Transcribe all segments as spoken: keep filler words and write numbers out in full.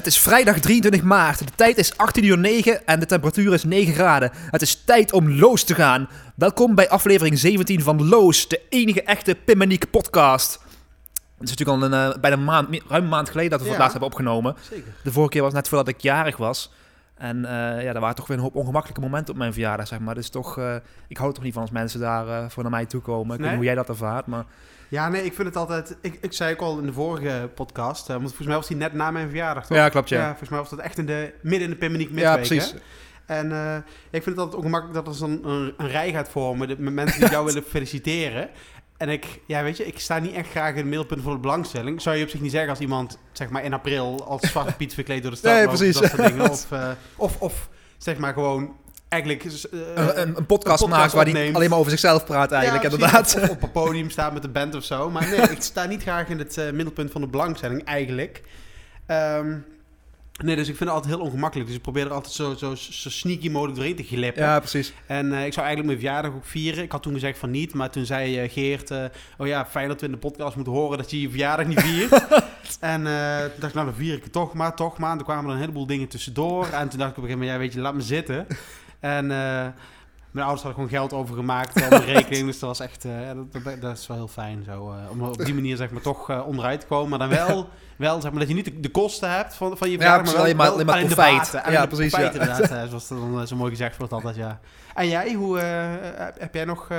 Het is vrijdag drieëntwintig maart. De tijd is achttien uur negen en de temperatuur is negen graden. Het is tijd om Loos te gaan. Welkom bij aflevering zeventien van Loos, de enige echte Pim en Niek podcast. Het is natuurlijk al een, uh, bijna een maand, ruim een maand geleden dat we voor het laatst hebben opgenomen. Zeker. De vorige keer was net voordat ik jarig was. En uh, ja, er waren toch weer een hoop ongemakkelijke momenten op mijn verjaardag, zeg maar. Dus toch, uh, ik hou er toch niet van als mensen daar uh, voor naar mij toe komen. Ik Nee? weet niet hoe jij dat ervaart, maar... Ja, nee, ik vind het altijd... Ik, ik zei ook al in de vorige podcast, uh, want volgens mij was die net na mijn verjaardag, toch? Ja, klopt, ja. Ja, volgens mij was dat echt in de, midden in de Pim en Niek midweek, Ja, precies. hè? En uh, ik vind het altijd ongemakkelijk dat er zo'n een, een rij gaat vormen de, met mensen die jou willen feliciteren. En ik, ja, weet je, ik sta niet echt graag in het middelpunt van de belangstelling. Zou je op zich niet zeggen als iemand, zeg maar, in april als Zwarte Piet verkleed door de stad Nee, loopt, precies. dat soort dingen. Of, uh, of, of, zeg maar, gewoon... Eigenlijk uh, een, een, een podcast maakt waar hij alleen maar over zichzelf praat eigenlijk, ja, inderdaad. Of, of op een podium staat met een band of zo. Maar nee, ik sta niet graag in het uh, middelpunt van de belangstelling, eigenlijk. Um, nee, dus ik vind het altijd heel ongemakkelijk. Dus ik probeer er altijd zo, zo, zo sneaky mogelijk doorheen te glippen. Ja, precies. En uh, ik zou eigenlijk mijn verjaardag ook vieren. Ik had toen gezegd van niet, maar toen zei uh, Geert... Uh, oh ja, fijn dat we in de podcast moeten horen dat je je verjaardag niet viert. En uh, toen dacht ik, nou dan vier ik het toch maar, toch maar. En toen kwamen er een heleboel dingen tussendoor. En toen dacht ik op een gegeven moment, ja weet je, laat me zitten. En uh, mijn ouders hadden gewoon geld overgemaakt op de rekening. Dus dat was echt, uh, dat, dat, dat is wel heel fijn zo. Uh, om op die manier zeg maar toch uh, onderuit te komen. Maar dan wel, wel zeg maar dat je niet de, de kosten hebt van, van je verjaardag. Ja, maar wel, alleen maar, wel alleen maar alleen de profijt. baten. Alleen Ja, de precies. profijt, Ja. inderdaad. Uh, zoals dat dan uh, zo mooi gezegd wordt altijd, ja. En jij, hoe uh, heb jij nog... Uh,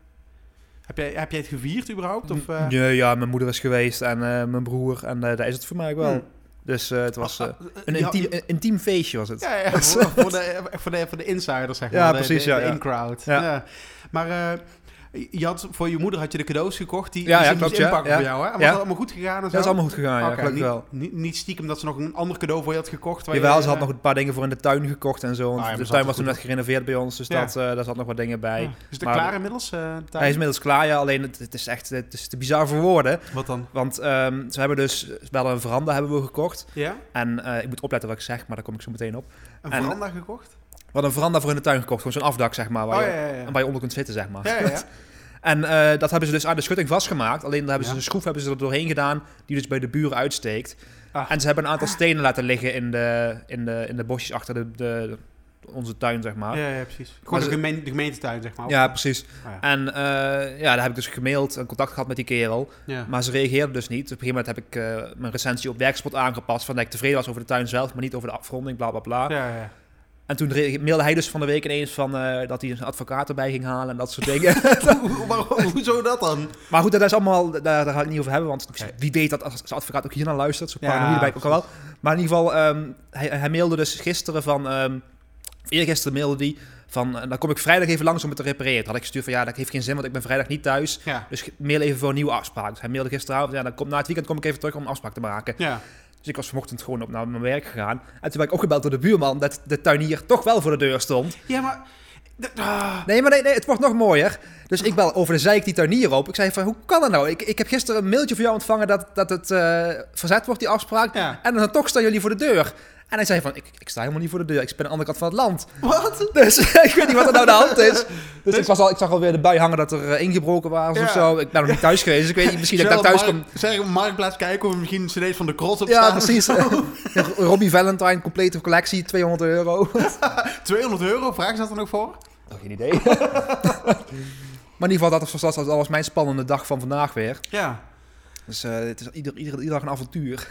Heb jij, heb jij het gevierd überhaupt? Of, uh? Ja, ja, mijn moeder is geweest en uh, mijn broer. En uh, daar is het voor mij ook wel. Hmm. Dus uh, het was uh, Oh, oh, een, ja, intiem, je- een intiem feestje was het. Ja, ja voor, voor, de, voor, de, voor de insiders, zeg maar. Ja, de, precies, de, ja, de ja. in-crowd. Ja. Ja. Maar uh, je had, voor je moeder had je de cadeaus gekocht. Die, Ja, die ja, ze klopt, moest ja. inpakken Ja. voor jou, hè? En was Ja. dat allemaal goed gegaan en zo? Dat is allemaal goed gegaan, ja, Oké, gelukkig niet, wel. niet, niet stiekem dat ze nog een ander cadeau voor je had gekocht? waar Jawel, je, ze had uh, nog een paar dingen voor in de tuin gekocht en zo. Want Ah, ja, maar de zat tuin er was toen goed net gerenoveerd bij ons, dus Ja. dat, uh, daar zat nog wat dingen bij. ja. Is het Maar- klaar inmiddels? Uh, Hij is inmiddels klaar, ja, alleen het, het is echt het is te bizar voor woorden. Wat dan? Want um, ze hebben dus wel een veranda hebben we gekocht. Ja? En uh, ik moet opletten wat ik zeg, maar daar kom ik zo meteen op. Een En- veranda gekocht? We hadden een veranda voor in de tuin gekocht, gewoon zo'n afdak, zeg maar, waar, Oh je, ja, ja, ja. waar je onder kunt zitten, zeg maar. Ja, ja, ja. En uh, dat hebben ze dus aan de schutting vastgemaakt. Alleen daar hebben Ja. ze een schroef hebben ze er doorheen gedaan, die dus bij de buren uitsteekt. Ah. En ze hebben een aantal stenen laten liggen in de, in de, in de bosjes achter de, de, onze tuin, zeg maar. Ja, ja, precies. Gewoon ze- de, gemeen, de gemeentetuin, zeg maar. Ja, precies. Ah, ja. En uh, ja, daar heb ik dus gemaild en contact gehad met die kerel. Ja. Maar ze reageerden dus niet. Op een gegeven moment heb ik uh, mijn recensie op Werkspot aangepast. Van dat ik tevreden was over de tuin zelf, maar niet over de afronding, bla bla bla. Ja, ja. En toen re- mailde hij dus van de week ineens van, uh, dat hij een advocaat erbij ging halen en dat soort dingen. Hoe- waarom- Hoezo dat dan? Maar goed, dat is allemaal, daar, daar ga ik het niet over hebben. Want Oké. wie weet dat als zijn advocaat ook hier naar luistert. Zo Ja, paranoïde ben ik ook al wel. Maar in ieder geval, um, hij, hij mailde dus gisteren van... Um, eergisteren mailde hij van... Uh, dan kom ik vrijdag even langs om het te repareren. Toen had ik gestuurd van ja, dat heeft geen zin, want ik ben vrijdag niet thuis. Ja. Dus mail even voor een nieuwe afspraak. Dus hij mailde gisteravond, ja, dan kom, na het weekend kom ik even terug om een afspraak te maken. Ja. Dus ik was vanochtend gewoon op naar mijn werk gegaan. En toen ben ik opgebeld door de buurman dat de tuinier toch wel voor de deur stond. Ja, maar... d- ah. Nee, maar nee, nee, het wordt nog mooier. Dus ik bel over de zeik die tuinier op. Ik zei van, hoe kan dat nou? Ik, ik heb gisteren een mailtje van jou ontvangen dat, dat het uh, verzet wordt, die afspraak. Ja. En dan toch staan jullie voor de deur. En hij zei van, ik, ik sta helemaal niet voor de deur. Ik ben aan de andere kant van het land. Wat? Dus ik weet niet wat er nou de hand is. Dus ik, was al, ik zag alweer de bui hangen dat er uh, ingebroken was Ja. of zo. Ik ben nog niet thuis geweest, dus ik weet niet, misschien dat ik dan thuis kom. Zeg op Marktplaats kijken of er misschien cd's van de Cross op Ja, staan. precies. Robbie Valentine, complete collectie, tweehonderd euro. tweehonderd euro, vragen ze dat dan ook voor? Oh, geen idee. Maar in ieder geval, dat was, dat was mijn spannende dag van vandaag weer. Ja. Dus uh, het is ieder, ieder, ieder dag een avontuur.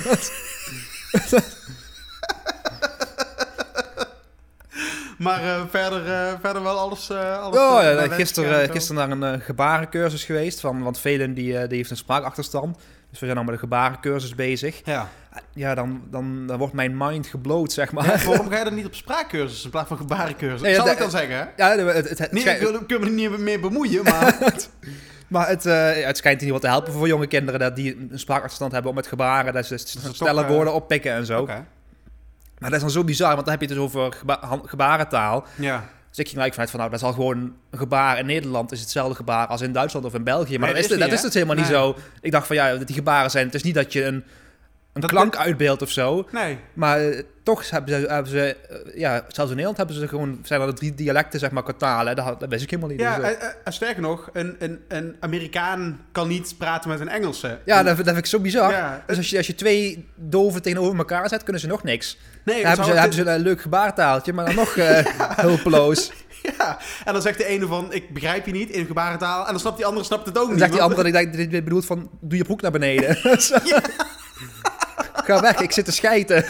Maar uh, verder, uh, verder wel alles... Uh, alles Oh, uh, ja, naar gisteren, wens uh, gisteren naar een uh, gebarencursus geweest. Van, want velen die, uh, die heeft een spraakachterstand. Dus we zijn dan met een gebarencursus bezig. Ja. Ja, dan, dan, dan wordt mijn mind gebloot, zeg maar. Ja, waarom ga je dan niet op spraakcursus in plaats van gebarencursus? Nee, Zal dat- ik dan zeggen, hè? Ja, het, het, het, Nee, schijnt, ik wil, ik wil me er niet meer bemoeien, maar... maar het, uh, het schijnt in ieder geval te helpen voor jonge kinderen dat die een spraakachterstand hebben om met gebaren, dat ze is snelle toch, uh, woorden oppikken en zo. Oké. Maar dat is dan zo bizar, want dan heb je het dus over geba- han- gebarentaal. Ja. Dus ik ging gelijk vanuit van, nou, dat is al gewoon een gebaar in Nederland is hetzelfde gebaar als in Duitsland of in België. Maar Nee, dat is, dat is dat niet, is het helemaal hè? niet zo. Ik dacht van, ja, dat die gebaren zijn, het is niet dat je een, een Dat klank uitbeeldt of zo. Nee. Maar uh, toch hebben ze, hebben ze uh, ja, zelfs in Nederland hebben ze gewoon, zijn er drie dialecten, zeg maar, qua talen. Dat, dat wist ik helemaal niet. Ja, dus, uh, en, en sterker nog, een, een, een Amerikaan kan niet praten met een Engelse. ja, en, dat, dat vind ik zo bizar. Ja, dus als je, als je twee doven tegenover elkaar zet, kunnen ze nog niks. Nee, Dan hebben ze, hebben ze een leuk gebaartaaltje, maar dan nog uh, hulpeloos. Ja, en dan zegt de ene van, ik begrijp je niet, in gebarentaal. En dan snapt die andere snapt het ook Dan niet. zegt die want- andere dat ik dit bedoelt van, doe je broek naar beneden. Ja. Ga weg, ik zit te schijten.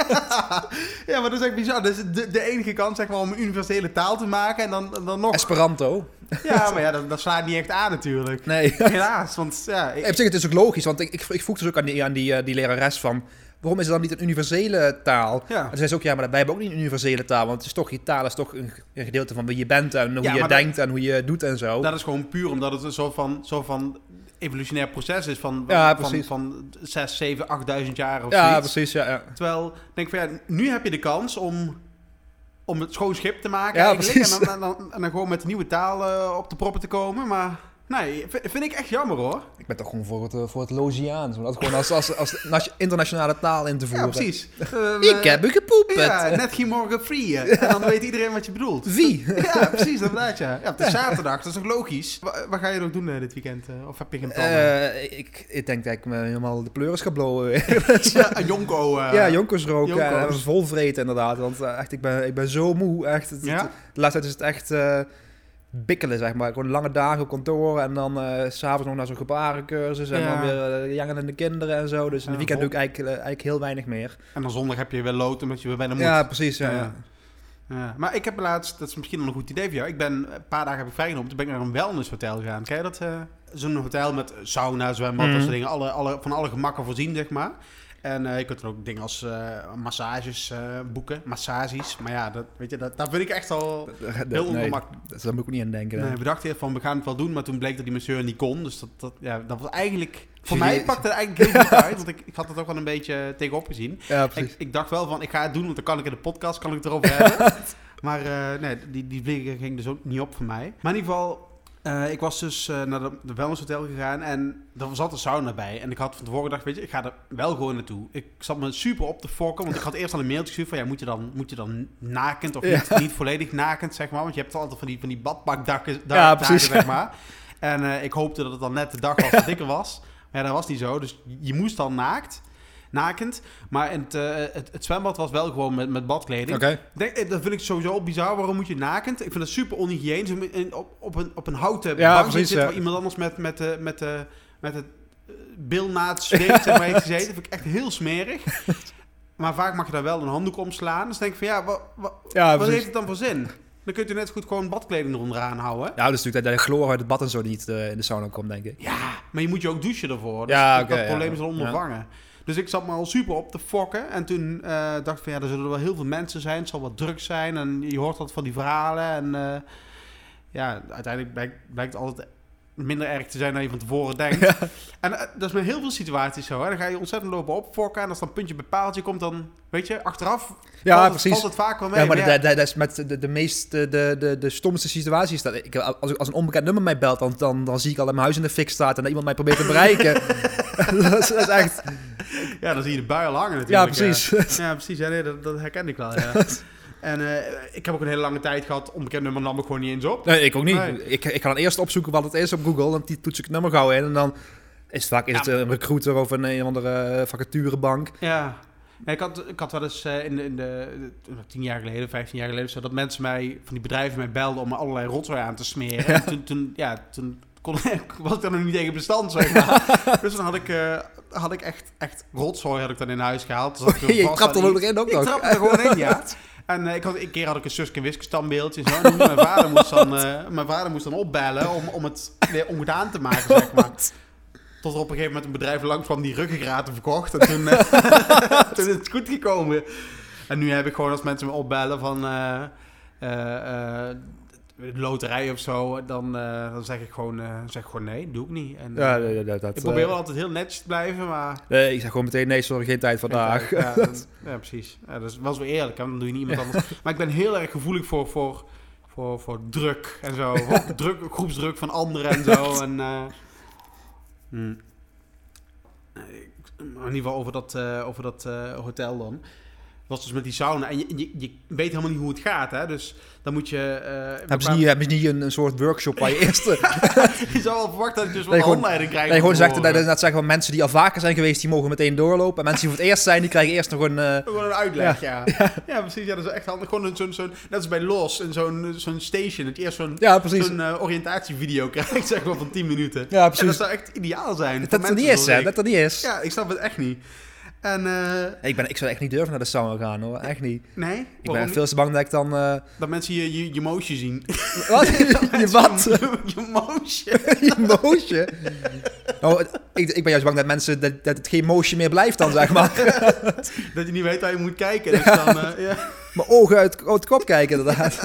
Ja, ja, maar dat is echt bizar. Dat is de, de enige kans, zeg maar, om een universele taal te maken en dan, dan nog... Esperanto. Ja, maar ja, dat, dat slaat niet echt aan natuurlijk. Nee. Helaas, want ja... Ik... Op zich, het is ook logisch, want ik, ik, ik vroeg dus ook aan die, aan die, uh, die lerares van... Waarom is het dan niet een universele taal? Ja. En toen zei ze ook, ja, maar wij hebben ook niet een universele taal. Want het is toch, je taal is toch een, een gedeelte van wie je bent en hoe Ja, je maar denkt dat- en hoe je doet en zo. Dat is gewoon puur omdat het een soort van, soort van evolutionair proces is van, Ja, van, precies. van zes, zeven, achtduizend jaar of Ja, zoiets. precies, ja. ja. Terwijl, ik denk van ja, nu heb je de kans om, om het schoon schip te maken Ja, eigenlijk. precies. En dan, en, dan, en dan gewoon met een nieuwe taal uh, op de proppen te komen. Maar nee, v- vind ik echt jammer hoor. Ik ben toch gewoon voor het, uh, voor het Loziaans. Om dat gewoon als, als, als, als internationale taal in te Ja, voeren. precies. Uh, Ik heb u gepoept. Ja, net geen morgen free. En dan weet iedereen wat je bedoelt. Wie? Ja, precies, inderdaad ja. Ja, het is zaterdag, dat is toch logisch. Wa- wat ga je nog doen uh, dit weekend? Uh, of heb je geen plannen? Uh, ik, ik denk dat ik me helemaal de pleuris ga blowen. ja, een jonko. Uh, ja, jonkers roken. jonko's. En vol vreten inderdaad. Want uh, echt, ik ben, ik ben zo moe. Echt. Het, Ja? het, de laatste tijd is het echt uh, bikkelen, zeg maar. Gewoon lange dagen op kantoor. En dan uh, s'avonds nog naar zo'n gebarencursus. En Ja. dan weer uh, jangelende kinderen en zo. Dus in Ja, de weekend vol- doe ik eigenlijk, uh, eigenlijk heel weinig meer. En dan zondag heb je weer lood omdat je weer bijna moet. Ja, precies. Ja, Ja. ja. Ja, maar ik heb laatst, dat is misschien wel een goed idee voor jou. Ik ben een paar dagen heb ik vrijgenomen. Toen ben ik naar een wellnesshotel gegaan. Ken je dat? Uh, zo'n hotel met sauna, zwembad, Mhm. dat soort dingen. Alle, alle, van alle gemakken voorzien, zeg maar. En uh, je kunt er ook dingen als uh, massages uh, boeken, massages. Maar ja, dat, weet je, dat, dat vind ik echt al heel nee, ongemakkelijk. dat, daar moet ik ook niet aan denken. Nee, we dachten eerst van, we gaan het wel doen, maar toen bleek dat die masseur niet kon. Dus dat, dat, ja, dat was eigenlijk... Voor Je- mij pakte het eigenlijk heel goed uit, want ik, ik had het ook wel een beetje tegenop gezien. Ja, precies. Ik, ik dacht wel van, ik ga het doen, want dan kan ik in de podcast kan ik het erover hebben. Maar uh, nee, die, die vliegen ging dus ook niet op voor mij. Maar in ieder geval, uh, ik was dus uh, naar de, de wellnesshotel gegaan en er zat een sauna bij. En ik had van tevoren gedacht, weet je, ik ga er wel gewoon naartoe. Ik zat me super op te fokken, want ik had eerst al een mailtje gestuurd van, ja, moet je dan, moet je dan nakend of niet, Ja. niet volledig nakend, zeg maar. Want je hebt altijd van die, van die badbakdakken, da- Ja, dagen, precies. zeg maar. En uh, ik hoopte dat het dan net de dag was dat ik er was. Maar ja, dat was niet zo. Dus je moest dan naakt. Nakend. Maar het, uh, het, het zwembad was wel gewoon met, met badkleding. Oké. Ik Denk, dat vind ik sowieso bizar. Waarom moet je nakend? Ik vind dat super onhygiënisch. Om in- Op, op, een, op een houten Ja, bankje precies, zitten ja. waar iemand anders met, met, de, met, de, met het uh, bil na het zweet zeg maar, heeft gezeten. Dat vind ik echt heel smerig. Maar vaak mag je daar wel een handdoek omslaan. Dus denk ik van ja, wat, wat, Ja, wat precies. heeft het dan voor zin? Dan kun je net zo goed gewoon badkleding eronder aanhouden. Ja, dat is natuurlijk dat de chloor uit het bad en zo niet uh, in de sauna komt, denk ik. Ja, maar je moet je ook douchen ervoor. Dus Ja, dat, oké, dat probleem ja. is al ondervangen. Dus ik zat me al super op te fokken. En toen uh, dacht ik van ja, er zullen wel heel veel mensen zijn. Het zal wat druk zijn. En je hoort wat van die verhalen. En uh, ja, uiteindelijk blijkt, blijkt het altijd minder erg te zijn dan je van tevoren denkt. Ja. En uh, dat is met heel veel situaties zo. Hè. Dan ga je ontzettend lopen opfokken. En als dan puntje bij paaltje komt, dan weet je, achteraf Ja, valt, precies. het, valt het vaak wel mee. Ja, maar Maar dat, dat, dat is met de, de meest, de, de, de, de stomste situaties. Dat ik, als, ik, als een onbekend nummer mij belt, dan, dan, dan zie ik al dat mijn huis in de fik staat en dat iemand mij probeert te bereiken. dat, is, dat is echt... ja, dan zie je de bui al hangen natuurlijk. Ja, precies. Ja, ja precies. Ja, nee, dat, dat herken ik wel, ja. En uh, ik heb ook een hele lange tijd gehad, onbekend nummer nam ik gewoon niet eens op. Nee, ik ook niet. Nee. Ik, ik ga dan eerst opzoeken wat het is op Google, dan die toets ik het nummer gauw in en dan is het vaak is Ja. het een recruiter of een, een of andere vacaturebank. Ja. Ja, ik, had, ik had wel eens uh, in de, in de uh, tien jaar geleden, vijftien jaar geleden, zo dat mensen mij, van die bedrijven mij belden om me allerlei rotzooi aan te smeren. Ja. En toen, toen, ja, toen kon, was ik er nog niet tegen bestand, zeg maar. Dus dan had ik, uh, had ik echt, echt rotzooi had ik dan in huis gehaald. Dus had ik Je vast trapt er aan ook nog iets. in ook Ik nog. trapte er gewoon in, ja. En uh, ik had, een keer had ik een Suske en Wiske standbeeldje. Zo. En mijn, vader moest dan, uh, mijn vader moest dan opbellen om, om het weer ongedaan te maken, zeg maar. Tot er op een gegeven moment een bedrijf langs kwam die ruggengraten verkocht. En toen, uh, toen is het goed gekomen. En nu heb ik gewoon als mensen me opbellen van uh, uh, uh, loterij of zo, dan, uh, dan zeg ik gewoon, uh, zeg ik gewoon nee, doe ik niet. En, Ja, uh, dat, dat, dat, ik probeer uh, wel altijd heel netjes te blijven, maar... nee, ik zeg gewoon meteen nee, sorry, geen tijd vandaag. Ja, dan, ja precies. Ja, dat was wel eerlijk, hè, dan doe je niet iemand anders. Maar ik ben heel erg gevoelig voor, voor, voor, voor druk en zo. Voor druk, groepsdruk van anderen en zo. En, uh, hmm. in ieder geval over dat, uh, over dat uh, hotel dan. Was dus met die sauna. En je, je, je weet helemaal niet hoe het gaat, hè. Dus dan moet je... Uh, hebben, ze niet, hebben ze niet een, een soort workshop waar je eerst... je zou wel verwachten dat je dus wel een handleiding krijgt. Nee, gewoon zegt, dat, dat zeggen van mensen die al vaker zijn geweest, die mogen meteen doorlopen. En mensen die voor het eerst zijn, die krijgen eerst nog een... Uh... Gewoon een uitleg, ja. Ja, ja. ja precies. Ja, dat is echt handig. Gewoon zo'n... zo'n net als bij Los, in zo'n, zo'n station. Dat je eerst zo'n, ja, zo'n uh, oriëntatievideo krijgt, zeg maar, van tien minuten. Ja, precies. En dat zou echt ideaal zijn. Dat dat niet is, hè. Dat dat niet is. Ja, ik snap het echt niet. En, uh, ik, ben, ik zou echt niet durven naar de sauna gaan, hoor. Echt niet. Nee? Ik Waarom ben veel te bang dat ik dan... Uh... Dat mensen je, je, je moosje zien. Wat? Je wat? Je, je moosje. Je moosje? Oh, ik, ik ben juist bang dat mensen... Dat, dat het geen moosje meer blijft dan, zeg maar. Dat je niet weet waar je moet kijken. Dus dan, uh, ja. Mijn ogen uit, uit de kop kijken, inderdaad.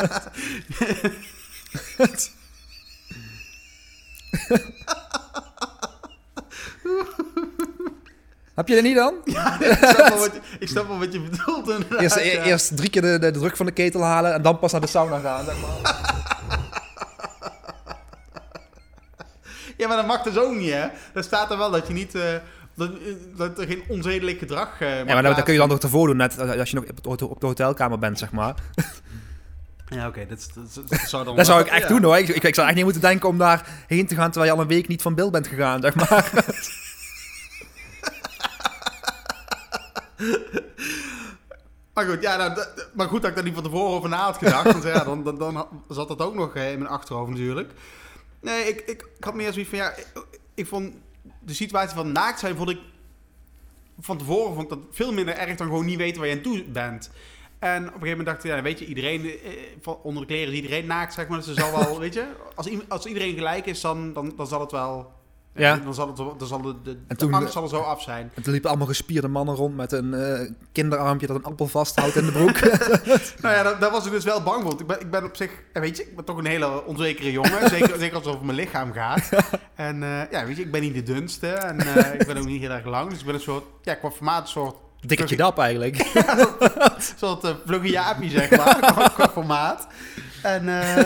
Heb je er niet dan? Ja, ik, snap wel wat je, ik snap wel wat je bedoelt. Eerst, ja. eerst drie keer de, de, de druk van de ketel halen en dan pas naar de sauna gaan, zeg maar. Ja, maar dat mag dus ook niet, hè? Daar staat er wel dat je niet... Uh, dat, dat er geen onzedelijk gedrag uh, Ja, maar dat, dat kun je dan nog tevoren doen, net als je nog op de, op de hotelkamer bent, zeg maar. Ja, oké. Okay, dat, dat, dat zou dan dat zou ik echt ja. doen, hoor. Ik, ik, ik zou echt niet moeten denken om daarheen te gaan terwijl je al een week niet van beeld bent gegaan, zeg maar. Maar goed, ja, nou, d- maar goed dat ik daar niet van tevoren over na had gedacht. Want ja, dan, dan, dan zat dat ook nog in mijn achterhoofd natuurlijk. Nee, ik, ik, ik had meer zoiets van, ja, ik, ik vond de situatie van naakt zijn, vond ik van tevoren vond ik dat veel minder erg dan gewoon niet weten waar je aan toe bent. En op een gegeven moment dacht ik, ja, weet je, iedereen, eh, onder de kleren is iedereen naakt, zeg maar. Dus er zal wel, weet je, als, als iedereen gelijk is, dan, dan, dan zal het wel... Ja. Dan zal, het, dan zal de, de, de toen, angst zal er zo af zijn. En toen liepen allemaal gespierde mannen rond met een uh, kinderarmpje dat een appel vasthoudt in de broek. Nou ja, daar, daar was ik dus wel bang voor. Ik ben, ik ben op zich, weet je, ik ben toch een hele onzekere jongen. Zeker, zeker als het over mijn lichaam gaat. En uh, ja, weet je, ik ben niet de dunste. En uh, ik ben ook niet heel erg lang. Dus ik ben een soort, ja, qua formaat een soort... Dikketje dap eigenlijk. Ja, een soort uh, vlugge Jaapie, zeg maar. qua, qua formaat. En... Uh,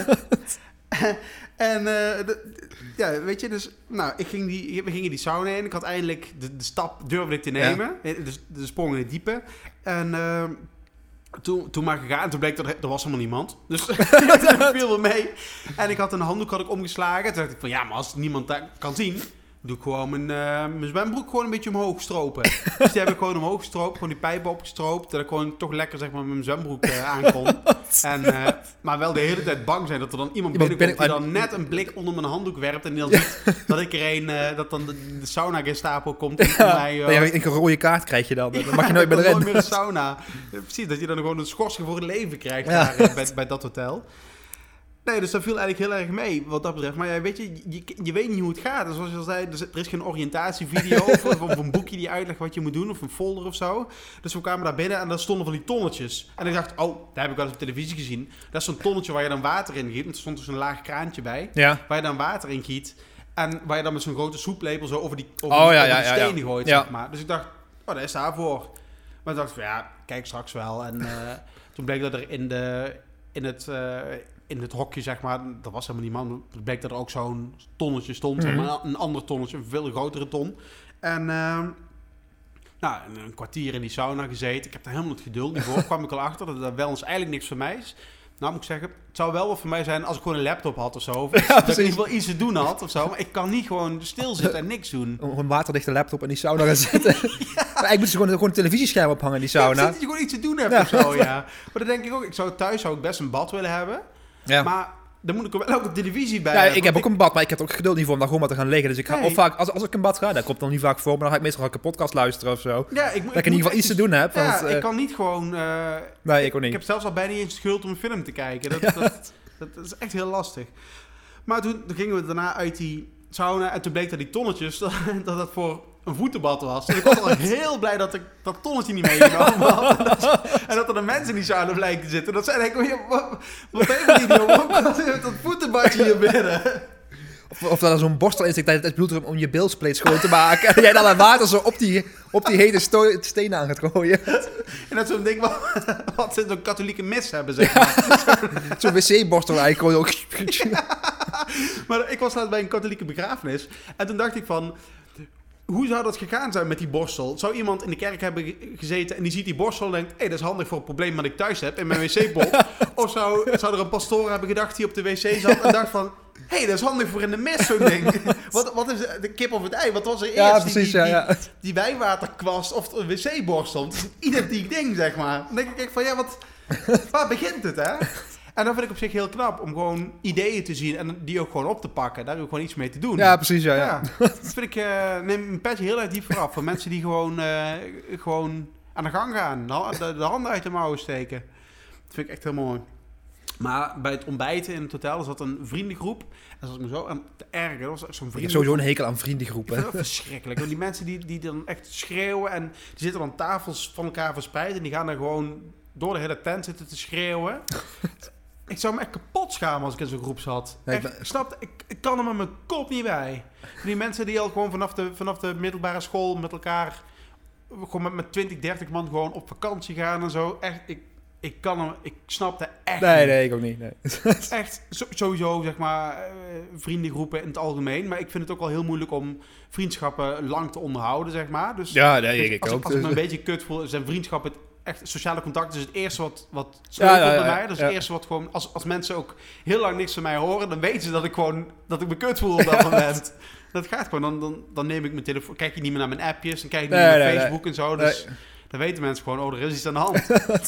En uh, de, ja, weet je, dus nou, ik ging die, we gingen die sauna in. Ik had eindelijk de, de stap durfde ik te nemen. Ja. De, de sprong in het diepe. En uh, toen, toen maar gegaan. En toen bleek dat er, er was helemaal niemand. Dus dat viel wel mee. En ik had een handdoek had ik omgeslagen. Toen dacht ik van ja, maar als niemand dat kan zien, doe ik gewoon mijn, uh, mijn zwembroek gewoon een beetje omhoog stropen. Dus die heb ik gewoon omhoog gestroopt, gewoon die pijpen opgestroopt. Dat ik gewoon toch lekker zeg maar met mijn zwembroek uh, aan kon. En, uh, maar wel de hele tijd bang zijn dat er dan iemand binnenkomt die dan net een blik onder mijn handdoek werpt. En die dan ziet dat ik er een, uh, dat dan de, de sauna Gestapo komt. En ja, mij, uh, ja, een rode kaart krijg je dan. Dan ja, mag je nooit meer erin. Nooit meer een sauna. Ja, precies, dat je dan gewoon een schorsing voor het leven krijgt ja. daar, uh, bij, bij dat hotel. Nee, dus dat viel eigenlijk heel erg mee, wat dat betreft. Maar ja, weet je, je, je weet niet hoe het gaat. Dus zoals je al zei, er is geen oriëntatievideo of, of een boekje die uitlegt wat je moet doen, of een folder of zo. Dus we kwamen daar binnen en daar stonden van die tonnetjes. En ik dacht, oh, daar heb ik wel eens op televisie gezien. Dat is zo'n tonnetje waar je dan water in giet. Want er stond dus een laag kraantje bij, ja. waar je dan water in giet. En waar je dan met zo'n grote soeplepel zo over die, over oh, die, ja, over ja, die ja, stenen ja. gooit, ja. zeg maar. Dus ik dacht, oh, dat is daarvoor. Maar ik dacht van, ja, kijk straks wel. En uh, toen bleek dat er in, de, in het... Uh, in het hokje, zeg maar, dat was helemaal niet man. Het bleek dat er ook zo'n tonnetje stond. Mm-hmm. Maar een ander tonnetje, een veel grotere ton. En uh, nou, een kwartier in die sauna gezeten. Ik heb daar helemaal het geduld niet voor. Kwam ik al achter dat dat wel eens eigenlijk niks voor mij is. Nou, moet ik zeggen, het zou wel wat voor mij zijn als ik gewoon een laptop had of zo. Of ja, dat ik in ieder geval iets te doen had of zo. Maar ik kan niet gewoon stilzitten en niks doen. Een waterdichte laptop in die sauna gaan zitten. Ja. Maar ik moet gewoon, gewoon een televisiescherm ophangen in die sauna. Ja, dat je gewoon iets te doen hebt ja. of zo, ja. Maar dan denk ik ook, ik zou thuis zou ik best een bad willen hebben. Ja. Maar dan moet ik er wel ook een televisie bij. Ja, hebben, ik heb ook ik... een bad, maar ik heb er ook geduld niet voor om daar gewoon maar te gaan liggen. Dus ik ga nee. of vaak, als, als ik een bad ga, dat komt dan niet vaak voor, maar dan ga ik meestal ook een podcast luisteren of zo. Ja, ik, dat ik, ik in ieder geval iets te doen heb. Ja, want, uh, ik kan niet gewoon... Uh, nee, ik ook niet. Ik heb zelfs al bijna niet eens schuld om een film te kijken. Dat, ja. dat, dat, dat is echt heel lastig. Maar toen, toen gingen we daarna uit die sauna en toen bleek dat die tonnetjes, dat dat, dat voor een voetenbad was. En ik was al heel blij dat ik dat tonnetje niet meegenomen had. En dat, en dat er de mensen in die sauna blijken te zitten. Dat zei ik, oh, wat, wat ben je niet, jongen? Wat heeft dat voetenbadje hier binnen? Of, of dat er zo'n borstel in zit, dat het bedoelt om je bilspleet schoon te maken. En jij dan het water zo op die, op die hete sto- steen aan gaat gooien. En dat zo'n ding wat, wat ze zo'n katholieke mis hebben, zeg maar. Ja, zo'n wc-borstel eigenlijk. Ja. Maar ik was laatst bij een katholieke begrafenis. En toen dacht ik van... hoe zou dat gegaan zijn met die borstel? Zou iemand in de kerk hebben ge- gezeten en die ziet die borstel en denkt... hé, hey, dat is handig voor het probleem wat ik thuis heb in mijn wc-pot. Of zou, zou er een pastoor hebben gedacht die op de wc zat en dacht van... hé, hey, dat is handig voor in de mis, zo'n ding. wat, wat is de kip of het ei? Wat was er eerst? Ja, precies, die, die, ja, ja. Die, die wijnwaterkwast of de wc-borstel? Het is een identiek ding, zeg maar. Dan denk ik echt van, ja, wat... waar begint het, hè? En dan vind ik op zich heel knap om gewoon ideeën te zien en die ook gewoon op te pakken. Daar ook gewoon iets mee te doen. Ja, precies, ja. ja. Ja, dat vind ik, uh, neem mijn petje heel erg diep vooraf. Voor mensen die gewoon, uh, gewoon aan de gang gaan. De, de handen uit de mouwen steken. Dat vind ik echt heel mooi. Maar bij het ontbijten in het hotel zat een vriendengroep. En dat was me zo aan te ergeren. Dat was zo'n Ik heb vriendengroep. sowieso een hekel aan vriendengroepen. Ik vind dat verschrikkelijk. Want die mensen die, die dan echt schreeuwen en die zitten aan tafels van elkaar verspreid. En die gaan dan gewoon door de hele tent zitten te schreeuwen. Ik zou me echt kapot schamen als ik in zo'n groep zat. Ja, ik Echt, ben- ik snap, ik, ik kan er met mijn kop niet bij. Die mensen die al gewoon vanaf de, vanaf de middelbare school met elkaar... gewoon met, met twintig, dertig man gewoon op vakantie gaan en zo. Echt, ik, ik kan hem... Ik snap dat echt Nee, niet. nee, ik ook niet. Nee. Echt, so- sowieso, zeg maar, eh, vriendengroepen in het algemeen. Maar ik vind het ook wel heel moeilijk om vriendschappen lang te onderhouden, zeg maar. Dus Ja, nee, ik, ik als, ook. ik, als ik me dus- een beetje kut voel, zijn vriendschappen... Echt, sociale contact is het eerste wat, wat sleutelt Ja, ja, ja, bij mij. Dat is ja. het eerste wat gewoon... Als, als mensen ook heel lang niks van mij horen... dan weten ze dat ik gewoon... dat ik me kut voel op dat moment. Dat gaat gewoon. Dan, dan, dan neem ik mijn telefoon... kijk je niet meer naar mijn appjes... dan kijk je niet Nee, meer naar nee, Facebook en zo. Dus Nee. dan weten mensen gewoon... oh, er is iets aan de hand.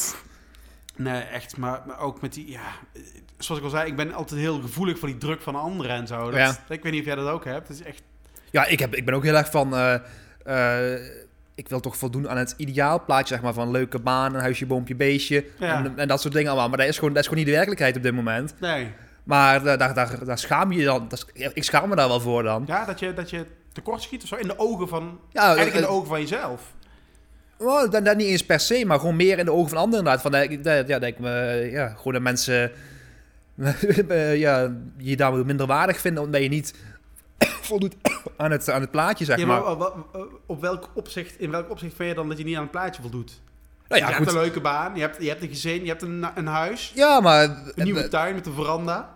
Nee, echt. Maar, maar ook met die... ja, zoals ik al zei... ik ben altijd heel gevoelig voor die druk van anderen en zo. Dat, Ja. Ik weet niet of jij dat ook hebt. Dat is echt... Ja, ik, heb, ik ben ook heel erg van... eh, eh, ik wil toch voldoen aan het ideaalplaatje, zeg maar, van leuke baan, een huisje, boompje, beestje. Ja. En, en dat soort dingen allemaal. Maar dat is, gewoon, dat is gewoon niet de werkelijkheid op dit moment. Nee. Maar daar, daar, daar, daar schaam je je dan... dat is- ik schaam me daar wel voor dan. Ja, dat je, dat je tekort schiet of zo. In de ogen van... Ja, eigenlijk in de eh, ogen van jezelf. Oh, dat, dat niet eens per se, maar gewoon meer in de ogen van anderen inderdaad. Van, dat, dat, ja, dat ik me, ja, gewoon dat mensen eh, ja, je daar minder waardig vinden, omdat je niet voldoet aan het, aan het plaatje, zeg Ja, maar. maar wa- wa- op welk opzicht, in welk opzicht vind je dan dat je niet aan het plaatje voldoet? Nou je ja, hebt goed. een leuke baan, je hebt, je hebt een gezin, je hebt een, een huis, Ja, maar... een nieuwe tuin met een veranda.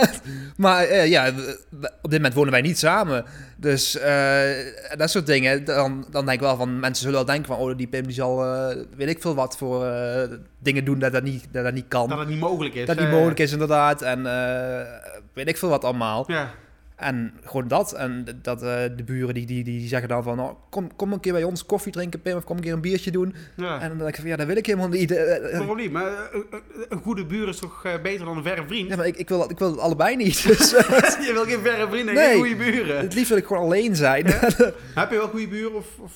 Maar eh, ja, we- we- op dit moment wonen wij niet samen. Dus eh, dat soort dingen. Dan, dan denk ik wel van... Mensen zullen wel denken van... Oh, die Pim die zal... eh, weet ik veel wat voor eh, dingen doen dat dat niet, dat dat niet kan. Dat het niet mogelijk is. Dat niet Eh, mogelijk is, inderdaad. En eh, weet ik veel wat allemaal. Ja, En gewoon dat. En dat eh, de buren die, die, die zeggen dan van... Oh, kom, kom een keer bij ons koffie drinken, Pim. Of kom een keer een biertje doen. ja. En dan denk ik van... Ja, dat wil ik helemaal niet. Eh, eh, Waarom niet? Maar eh, een, een goede buur is toch eh, beter dan een verre vriend? ja, maar ik, ik, wil, ik wil het allebei niet. Dus eh, Je wil geen verre vriend en Nee. geen goede buren. het liefst wil ik gewoon alleen zijn. Ja? Heb je wel goede buren? Of, of...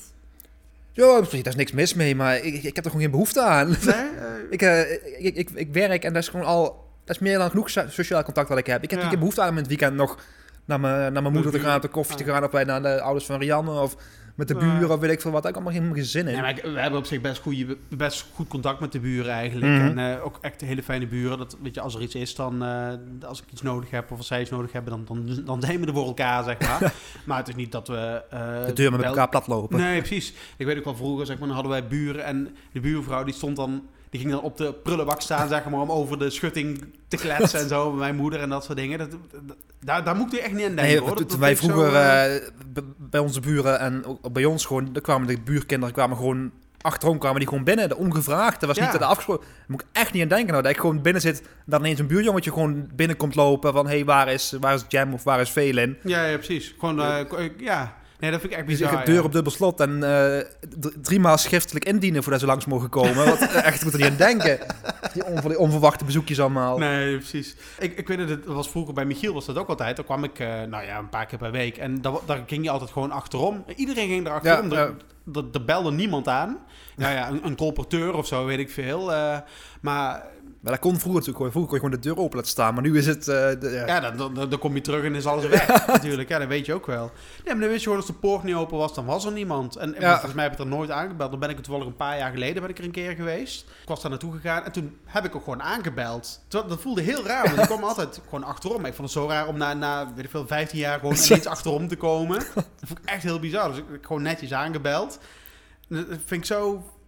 Ja, daar is niks mis mee, maar ik, ik heb er gewoon geen behoefte aan. Nee? Eh, ik, eh, ik, ik, ik werk en dat is gewoon al... Dat is meer dan genoeg so- sociaal contact dat ik heb. Ik heb Ja. geen behoefte aan om in het weekend nog naar mijn, naar mijn moeder te gaan, op de koffie te Ah. gaan, of bij naar de ouders van Rianne, of met de Ja. buren, of weet ik veel wat. Daar heb ik allemaal geen, geen zin in. Nee, maar ik- we hebben op zich best, goede, best goed contact met de buren eigenlijk. Mhm. En eh, ook echt hele fijne buren. Dat, weet je, als er iets is, dan eh, als ik iets nodig heb of als zij iets nodig hebben, dan, dan, dan zijn we er voor elkaar, zeg maar. Maar het is niet dat we... eh, de deur met wel- elkaar platlopen. Nee, precies. Ik weet ook wel vroeger, zeg maar, dan hadden wij buren en de buurvrouw die stond dan... Die ging dan op de prullenbak staan, zeg maar, om over de schutting te kletsen en zo. Met mijn moeder en dat soort dingen. Dat, dat- daar, daar moet je echt niet aan denken, Nee, hoor. Dat- toen dat wij vind ik vroeger zo, eh, eh, b- bij onze buren en ook bij ons gewoon, daar kwamen de buurkinderen kwamen gewoon achterom, kwamen die gewoon binnen, de ongevraagd. Dat was Ja. niet de afgesproken. Daar moet ik echt niet aan denken. Nou, dat ik gewoon binnen zit, dat ineens een buurjongetje gewoon binnenkomt lopen van, hé, hey, waar is, waar is Jam of waar is Velin? Ja, ja, precies. Gewoon, eh, ko- ja. Nee, dat vind ik echt Dus bizar. je hebt deur ja. op dubbel slot en eh, d- driemaal schriftelijk indienen voordat ze langs mogen komen. Wat, eh, echt, ik moet er niet aan denken. Die, onver, die onverwachte bezoekjes allemaal. Nee, precies. Ik, ik weet het, het was vroeger bij Michiel was dat ook altijd. Dan kwam ik, eh, nou ja, een paar keer per week. En daar, daar ging je altijd gewoon achterom. Iedereen ging er achterom. Ja, er, ja. er, er belde niemand aan. Nou ja, een, een colporteur of zo, weet ik veel. eh, maar Maar dat kon vroeger natuurlijk gewoon. Vroeger kon je gewoon de deur open laten staan. Maar nu is het... eh, de, ja. ja, dan, dan, dan kom je terug en is alles weg natuurlijk. Ja, dat weet je ook wel. Nee, maar dan weet je gewoon als de poort niet open was, dan was er niemand. En, en Ja. volgens mij heb ik er nooit aangebeld. Dan ben ik er toevallig een paar jaar geleden ben ik er een keer geweest. Ik was daar naartoe gegaan en toen heb ik ook gewoon aangebeld. Terwijl, dat voelde heel raar, want ik kwam altijd gewoon achterom. Maar ik vond het zo raar om na, na weet ik veel, vijftien jaar gewoon ineens achterom te komen. Dat vond ik echt heel bizar. Dus ik heb gewoon netjes aangebeld. Dat vind ik zo...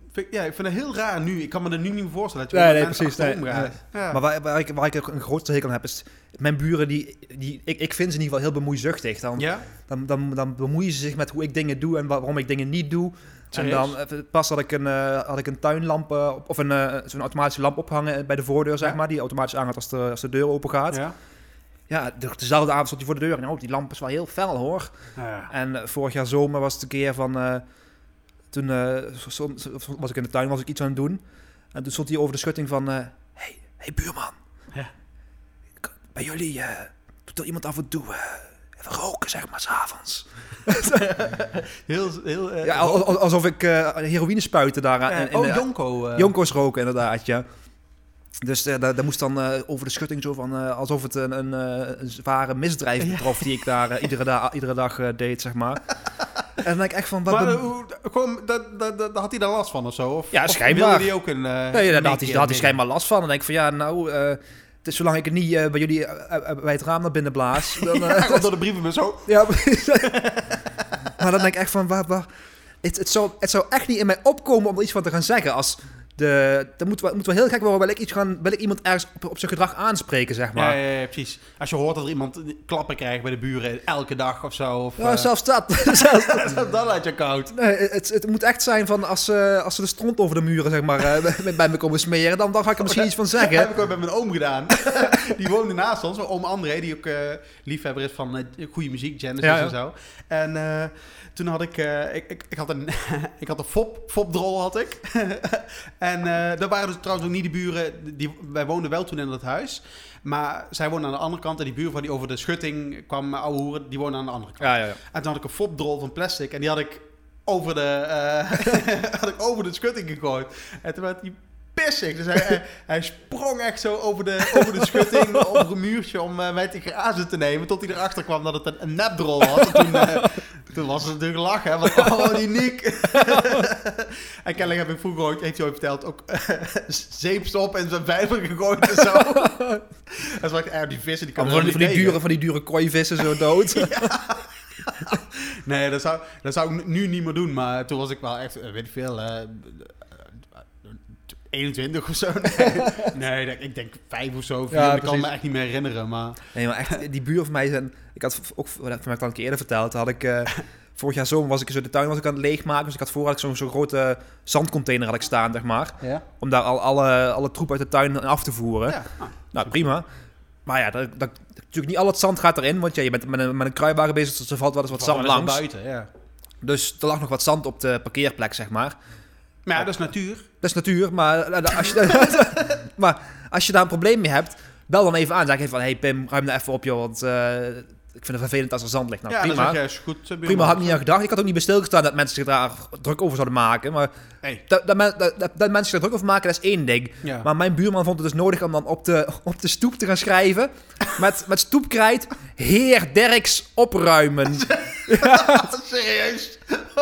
vind, ja, ik vind het heel raar nu. Ik kan me er nu niet meer voorstellen dat je Nee, met nee, mensen precies, achterom nee, gaat. Ja. Maar waar, waar, ik, waar ik een grootste hekel aan heb, is mijn buren, die, die, ik, ik vind ze in ieder geval heel bemoeizuchtig. Dan, Ja? dan, dan, dan bemoeien ze zich met hoe ik dingen doe en waarom ik dingen niet doe. Serieus? En dan eh, pas had ik een, uh, had ik een tuinlamp uh, of een, uh, zo'n automatische lamp ophangen bij de voordeur, zeg Ja. maar, die automatisch aangaat als de, als de deur open gaat. Ja, Ja? de, dezelfde avond stond hij voor de deur en oh, die lamp is wel heel fel hoor. Ja. En uh, vorig jaar zomer was het een keer van, uh, toen uh, stond, was ik in de tuin, was ik iets aan het doen. En toen stond hij over de schutting van, uh, hey, hey buurman, Ja. bij jullie uh, doet er iemand af en toe uh, even roken, zeg maar, 's avonds. Heel, heel... Uh, Ja, al- al- alsof ik uh, heroïne spuiten daar. uh, in, in oh, de- Jonko. Uh, Jonko's roken, inderdaad, ja. Dus uh, daar, daar moest dan uh, over de schutting zo van... Uh, alsof het een, een, uh, een zware misdrijf betrof... die ik daar uh, iedere, da- iedere dag uh, deed, zeg maar. En dan denk ik echt van... Wat maar be- uh, hoe- gewoon, dat, dat, dat, had hij daar last van of zo? Of, Ja, of schijnbaar. wilde hij ook een... Uh, nee, ja, daar had hij, keer daar had hij schijnbaar last van. En dan denk ik van, ja, nou... Uh, het is zolang ik het niet uh, bij jullie uh, uh, bij het raam naar binnen blaas... Dan, uh, Ja, gewoon door de brievenbus zo. ja, maar dan denk ik echt van... Waar, waar, het, het, zou, het zou echt niet in mij opkomen om er iets van te gaan zeggen... als de, dat moet wel, moet wel heel gek worden... wil ik, iets gaan, wil ik iemand ergens op, op zijn gedrag aanspreken, zeg maar. Ja, ja, ja, precies. Als je hoort dat er iemand klappen krijgt bij de buren elke dag of zo. Of, Ja, uh, zelfs dat. zelfs dat. dan laat je koud. Nee, het, het moet echt zijn van als, uh, als ze de stront over de muren, zeg maar, uh, met, bij me komen smeren... Dan, dan ga ik er misschien iets van zeggen. Dat heb ik ook met mijn oom gedaan. Die woonde naast ons. Mijn oom André, die ook uh, liefhebber is van uh, goede muziek, Genesis Ja, ja. en zo. En uh, toen had ik... Uh, ik, ik, ik had een, ik had een fop, fopdrol had ik. En uh, daar waren dus trouwens ook niet de buren... Die, wij woonden wel toen in dat huis. Maar zij woonden aan de andere kant. En die buurvrouw die over de schutting kwam, ouwe hoeren, die woonde aan de andere kant. Ja, ja, ja. En toen had ik een fopdrol van plastic. En die had ik over de, uh, had ik over de schutting gegooid. En toen werd hij pissig. Dus hij, hij, hij sprong echt zo over de, over de schutting, over een muurtje om uh, mij te grazen te nemen. Tot hij erachter kwam dat het een, een nepdrol was. En toen, uh, toen was het natuurlijk lachen. Hè, want, oh, die Nick. En kennelijk heb ik vroeger ooit, heeft hij ooit verteld, ook uh, zeepstop in zijn vijver gegooid en zo. Dat was echt, uh, die vissen die Van kunnen die, er van, niet die tegen. dure, van die dure kooivissen zo dood. Nee, dat zou, dat zou ik nu niet meer doen. Maar toen was ik wel echt, weet ik veel, uh, eenentwintig of zo. Nee, nee, ik denk vijf of zo. Vier, Ja, ik kan precies. me echt niet meer herinneren. Maar Nee, maar echt, die buren van mij zijn... Ik had ook, dat heb ik al een keer eerder verteld, had ik... Uh, vorig jaar zomer was ik zo de tuin was ik aan het leegmaken. Dus ik had voor had ik zo'n zo'n grote zandcontainer had ik staan, zeg maar. ja, Om daar al alle, alle troep uit de tuin af te voeren. ja. Ah, Nou, prima. Maar ja, dat, dat, natuurlijk niet al het zand gaat erin. Want ja, je bent met een, met een kruiwagen bezig, dus er valt wel eens wat valt zand wel eens langs. wel buiten, ja. Dus er lag nog wat zand op de parkeerplek, zeg maar. Maar ja, dat is natuur. Dat is natuur, maar uh, als je, maar als je daar een probleem mee hebt, bel dan even aan. Zeg even van, hey Pim, ruim daar even op, joh. Want uh, ik vind het vervelend als er zand ligt. Nou, ja, prima. dan zeg je, is goed. Uh, buurman. Prima, had ik niet aan gedacht. Ik had ook niet bij stilgestaan dat mensen zich daar druk over zouden maken. Maar Hey. dat, dat, men- dat, dat mensen zich er druk over maken, dat is één ding. Ja. Maar mijn buurman vond het dus nodig om dan op de, op de stoep te gaan schrijven. Met, met stoepkrijt, heer Derks opruimen. Serieus?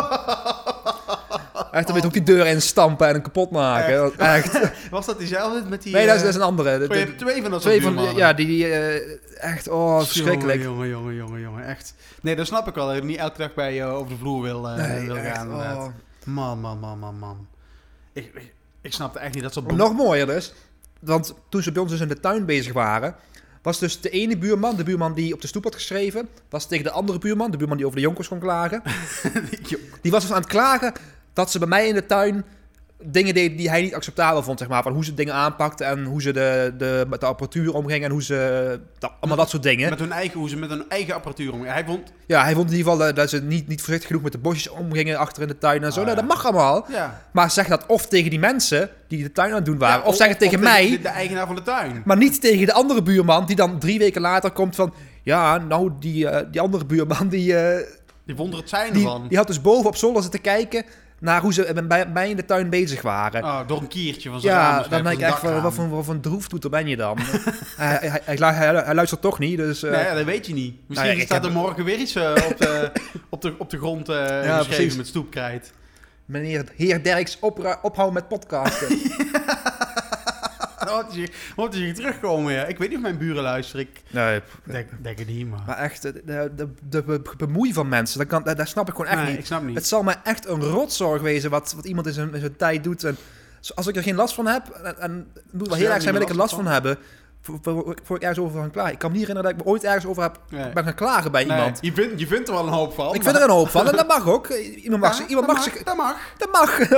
Echt, dan weet ook die deur instampen en hem kapot maken. Echt. Was dat diezelfde met die... Nee, dat is, uh, dat is een andere. De- oh, je de- hebt twee van dat Twee soort van, buurmannen. ja, die, die uh, echt, oh, verschrikkelijk. Jongen, jongen, jongen, jongen, echt. Nee, dat snap ik wel. Dat je niet elke dag bij je over de vloer wil, uh, Nee, wil echt, gaan. oh. inderdaad. Man, man, man, man, man. Ik, ik, ik snapte echt niet dat soort... Nog mooier dus, want toen ze bij ons dus in de tuin bezig waren, was dus de ene buurman, de buurman die op de stoep had geschreven, was tegen de andere buurman, de buurman die over de jonkers kon klagen. Die was dus aan het klagen dat ze bij mij in de tuin dingen deden die hij niet acceptabel vond, zeg maar. Van hoe ze dingen aanpakten en hoe ze de, de, met de apparatuur omgingen en hoe ze... Dat, allemaal dat soort dingen. Met hun eigen, hoe ze met hun eigen apparatuur omgaan. Hij vond... Ja, hij vond in ieder geval uh, dat ze niet, niet voorzichtig genoeg met de bosjes omgingen achter in de tuin en zo. Ah, nou, ja. dat mag allemaal. Ja. Maar zeg dat of tegen die mensen die de tuin aan het doen waren, Ja, of zeg het tegen mij, De, de eigenaar van de tuin. maar niet tegen de andere buurman die dan drie weken later komt van... Ja, nou, die, uh, die andere buurman, die, uh, Die vond er het zijn die, van. die had dus boven op zolder zitten kijken naar hoe ze bij mij in de tuin bezig waren. Oh, door een kiertje van zijn raam. Ja, dus dan hij denk ik heeft echt, een van, wat voor, wat voor een droeftoeter ben je dan? hij, hij, hij, hij, hij luistert toch niet, dus... uh, Nee, ja, dat weet je niet. Misschien Nou ja, ik staat heb- er morgen weer iets uh, op, de, op, de, op de grond uh, Ja, geschreven precies. met stoepkrijt. Meneer Heer Derks, opra- ophouden met podcasten. dan moet je, moet je terugkomen, ja. Ik weet niet of mijn buren luisteren. Ik Nee, denk, denk het niet, maar... maar echt, de, de, de, de bemoei van mensen, dat, kan, dat, dat snap ik gewoon echt nee, niet. ik snap niet. Het zal mij echt een rotzorg wezen wat, wat iemand in zijn, in zijn tijd doet. En als ik er geen last van heb, en, en het moet wel heel erg zijn wil ik er last van, van hebben, voor, voor, voor ik ergens over gaan klagen. Ik kan me niet herinneren dat ik me ooit ergens over heb, nee. ben gaan klagen bij nee, iemand. Je vindt, je vindt er wel een hoop van. Ik maar... vind er een hoop van en dat mag ook. Iemand mag, ja, iemand dat mag, mag zich... Dat mag. Dat mag.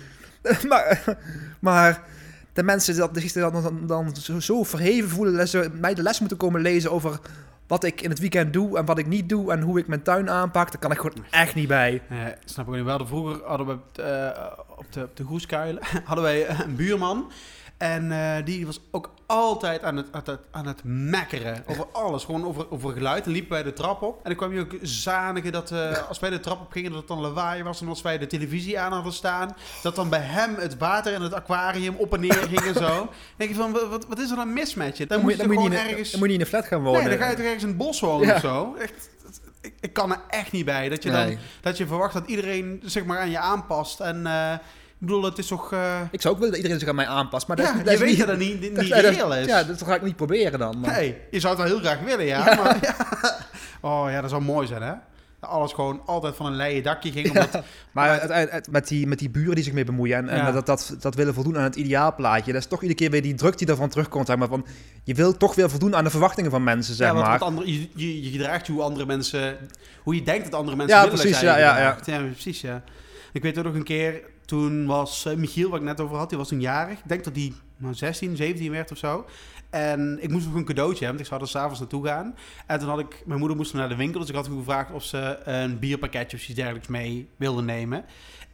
maar, maar de mensen die zich dan, dan, dan zo, zo verheven voelen, dat ze mij de les moeten komen lezen over wat ik in het weekend doe en wat ik niet doe en hoe ik mijn tuin aanpak, daar kan ik gewoon echt niet bij. Nee, snap ik niet. Wel, vroeger hadden we uh, op de, op de Goeskuilen hadden wij een buurman. En uh, die was ook altijd aan het, aan het, aan het mekkeren over alles. Gewoon over, over geluid. En liepen wij de trap op. En dan kwam je ook zanigen dat uh, als wij de trap op gingen, dat het dan lawaai was. En als wij de televisie aan hadden staan, dat dan bij hem het water in het aquarium op en neer ging en zo. Dan denk je van, wat, wat is er dan mis met je? Dan, dan moet je, dan moet je gewoon ergens... Dan moet je niet in een flat gaan wonen. Nee, dan ga je toch ergens in het bos wonen ja. of zo. Echt, ik, ik kan er echt niet bij. Dat je dan nee. dat je verwacht dat iedereen zich maar aan je aanpast. En... Uh, Ik bedoel, het is toch... Uh... Ik zou ook willen dat iedereen zich aan mij aanpast, maar dat, ja, is, dat je is weet niet, dat dat niet, niet dat, reëel dat, is. Ja, dat ga ik niet proberen dan. Maar. Nee, je zou het wel heel graag willen, ja. ja. Maar, ja. Oh ja, dat zou mooi zijn, hè? Dat alles gewoon altijd van een leien dakje ging. Omdat... Ja, maar het, het, het, met, die, met die buren die zich mee bemoeien en, ja. en dat, dat, dat willen voldoen aan het ideaalplaatje, dat is toch iedere keer weer die druk die daarvan terugkomt. Zeg maar, van, je wil toch weer voldoen aan de verwachtingen van mensen, zeg ja, maar. Wat andere, je, je, je gedraagt je hoe andere mensen... Hoe je denkt dat andere mensen ja, willen precies, dat jij ja, ja, ja. ja, precies, ja. Ik weet ook nog een keer... Toen was uh, Michiel, wat ik net over had, die was toen jarig. Ik denk dat hij nou, zestien, zeventien werd of zo. En ik moest nog een cadeautje hebben, want ik zou er s'avonds naartoe gaan. En toen had ik, mijn moeder moest naar de winkel, dus ik had gevraagd of ze een bierpakketje of iets dergelijks mee wilde nemen.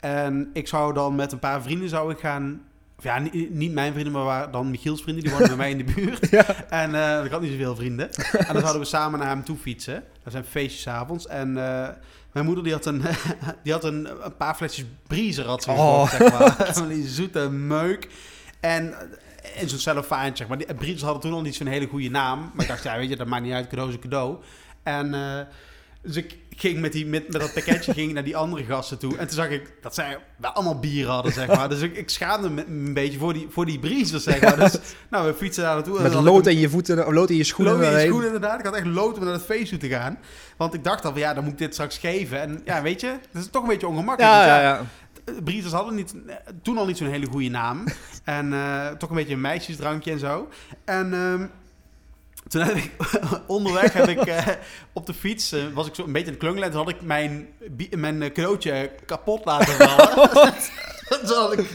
En ik zou dan met een paar vrienden zou ik gaan... Of ja, niet, niet mijn vrienden, maar waar dan Michiels vrienden. Die wonen bij mij in de buurt. Ja. En uh, ik had niet zoveel vrienden. En dan zouden we samen naar hem toe fietsen. Dat zijn feestjes 's avonds. En uh, mijn moeder die had een, die had een, een paar flesjes Breezer had ze oh. gekocht, zeg maar. Van die zoete meuk. En in zo'n cellofaantje, zeg maar. Die Breezers hadden toen al niet zo'n hele goede naam. Maar ik dacht, ja, weet je, dat maakt niet uit. Cadeau is een cadeau. En... Uh, Dus ik ging met, die, met, met dat pakketje ging naar die andere gasten toe. En toen zag ik dat zij wel allemaal bier hadden, zeg maar. Dus ik, ik schaamde me een beetje voor die, voor die Breezers, zeg maar. Dus nou, we fietsen daar naartoe. Met lood in je voeten, of lood in je schoenen. Lood in je schoenen, inderdaad. Ik had echt lood om naar het feest toe te gaan. Want ik dacht al van, ja, dan moet ik dit straks geven. En ja, weet je, dat is toch een beetje ongemakkelijk. Ja, dus, ja, ja. Breezers hadden niet, toen al niet zo'n hele goede naam. En uh, toch een beetje een meisjesdrankje en zo. En... Um, Toen heb ik onderweg heb ik uh, op de fiets uh, was ik zo een beetje in de klungelen en toen had ik mijn mijn uh, cadeautje kapot laten vallen. toen had ik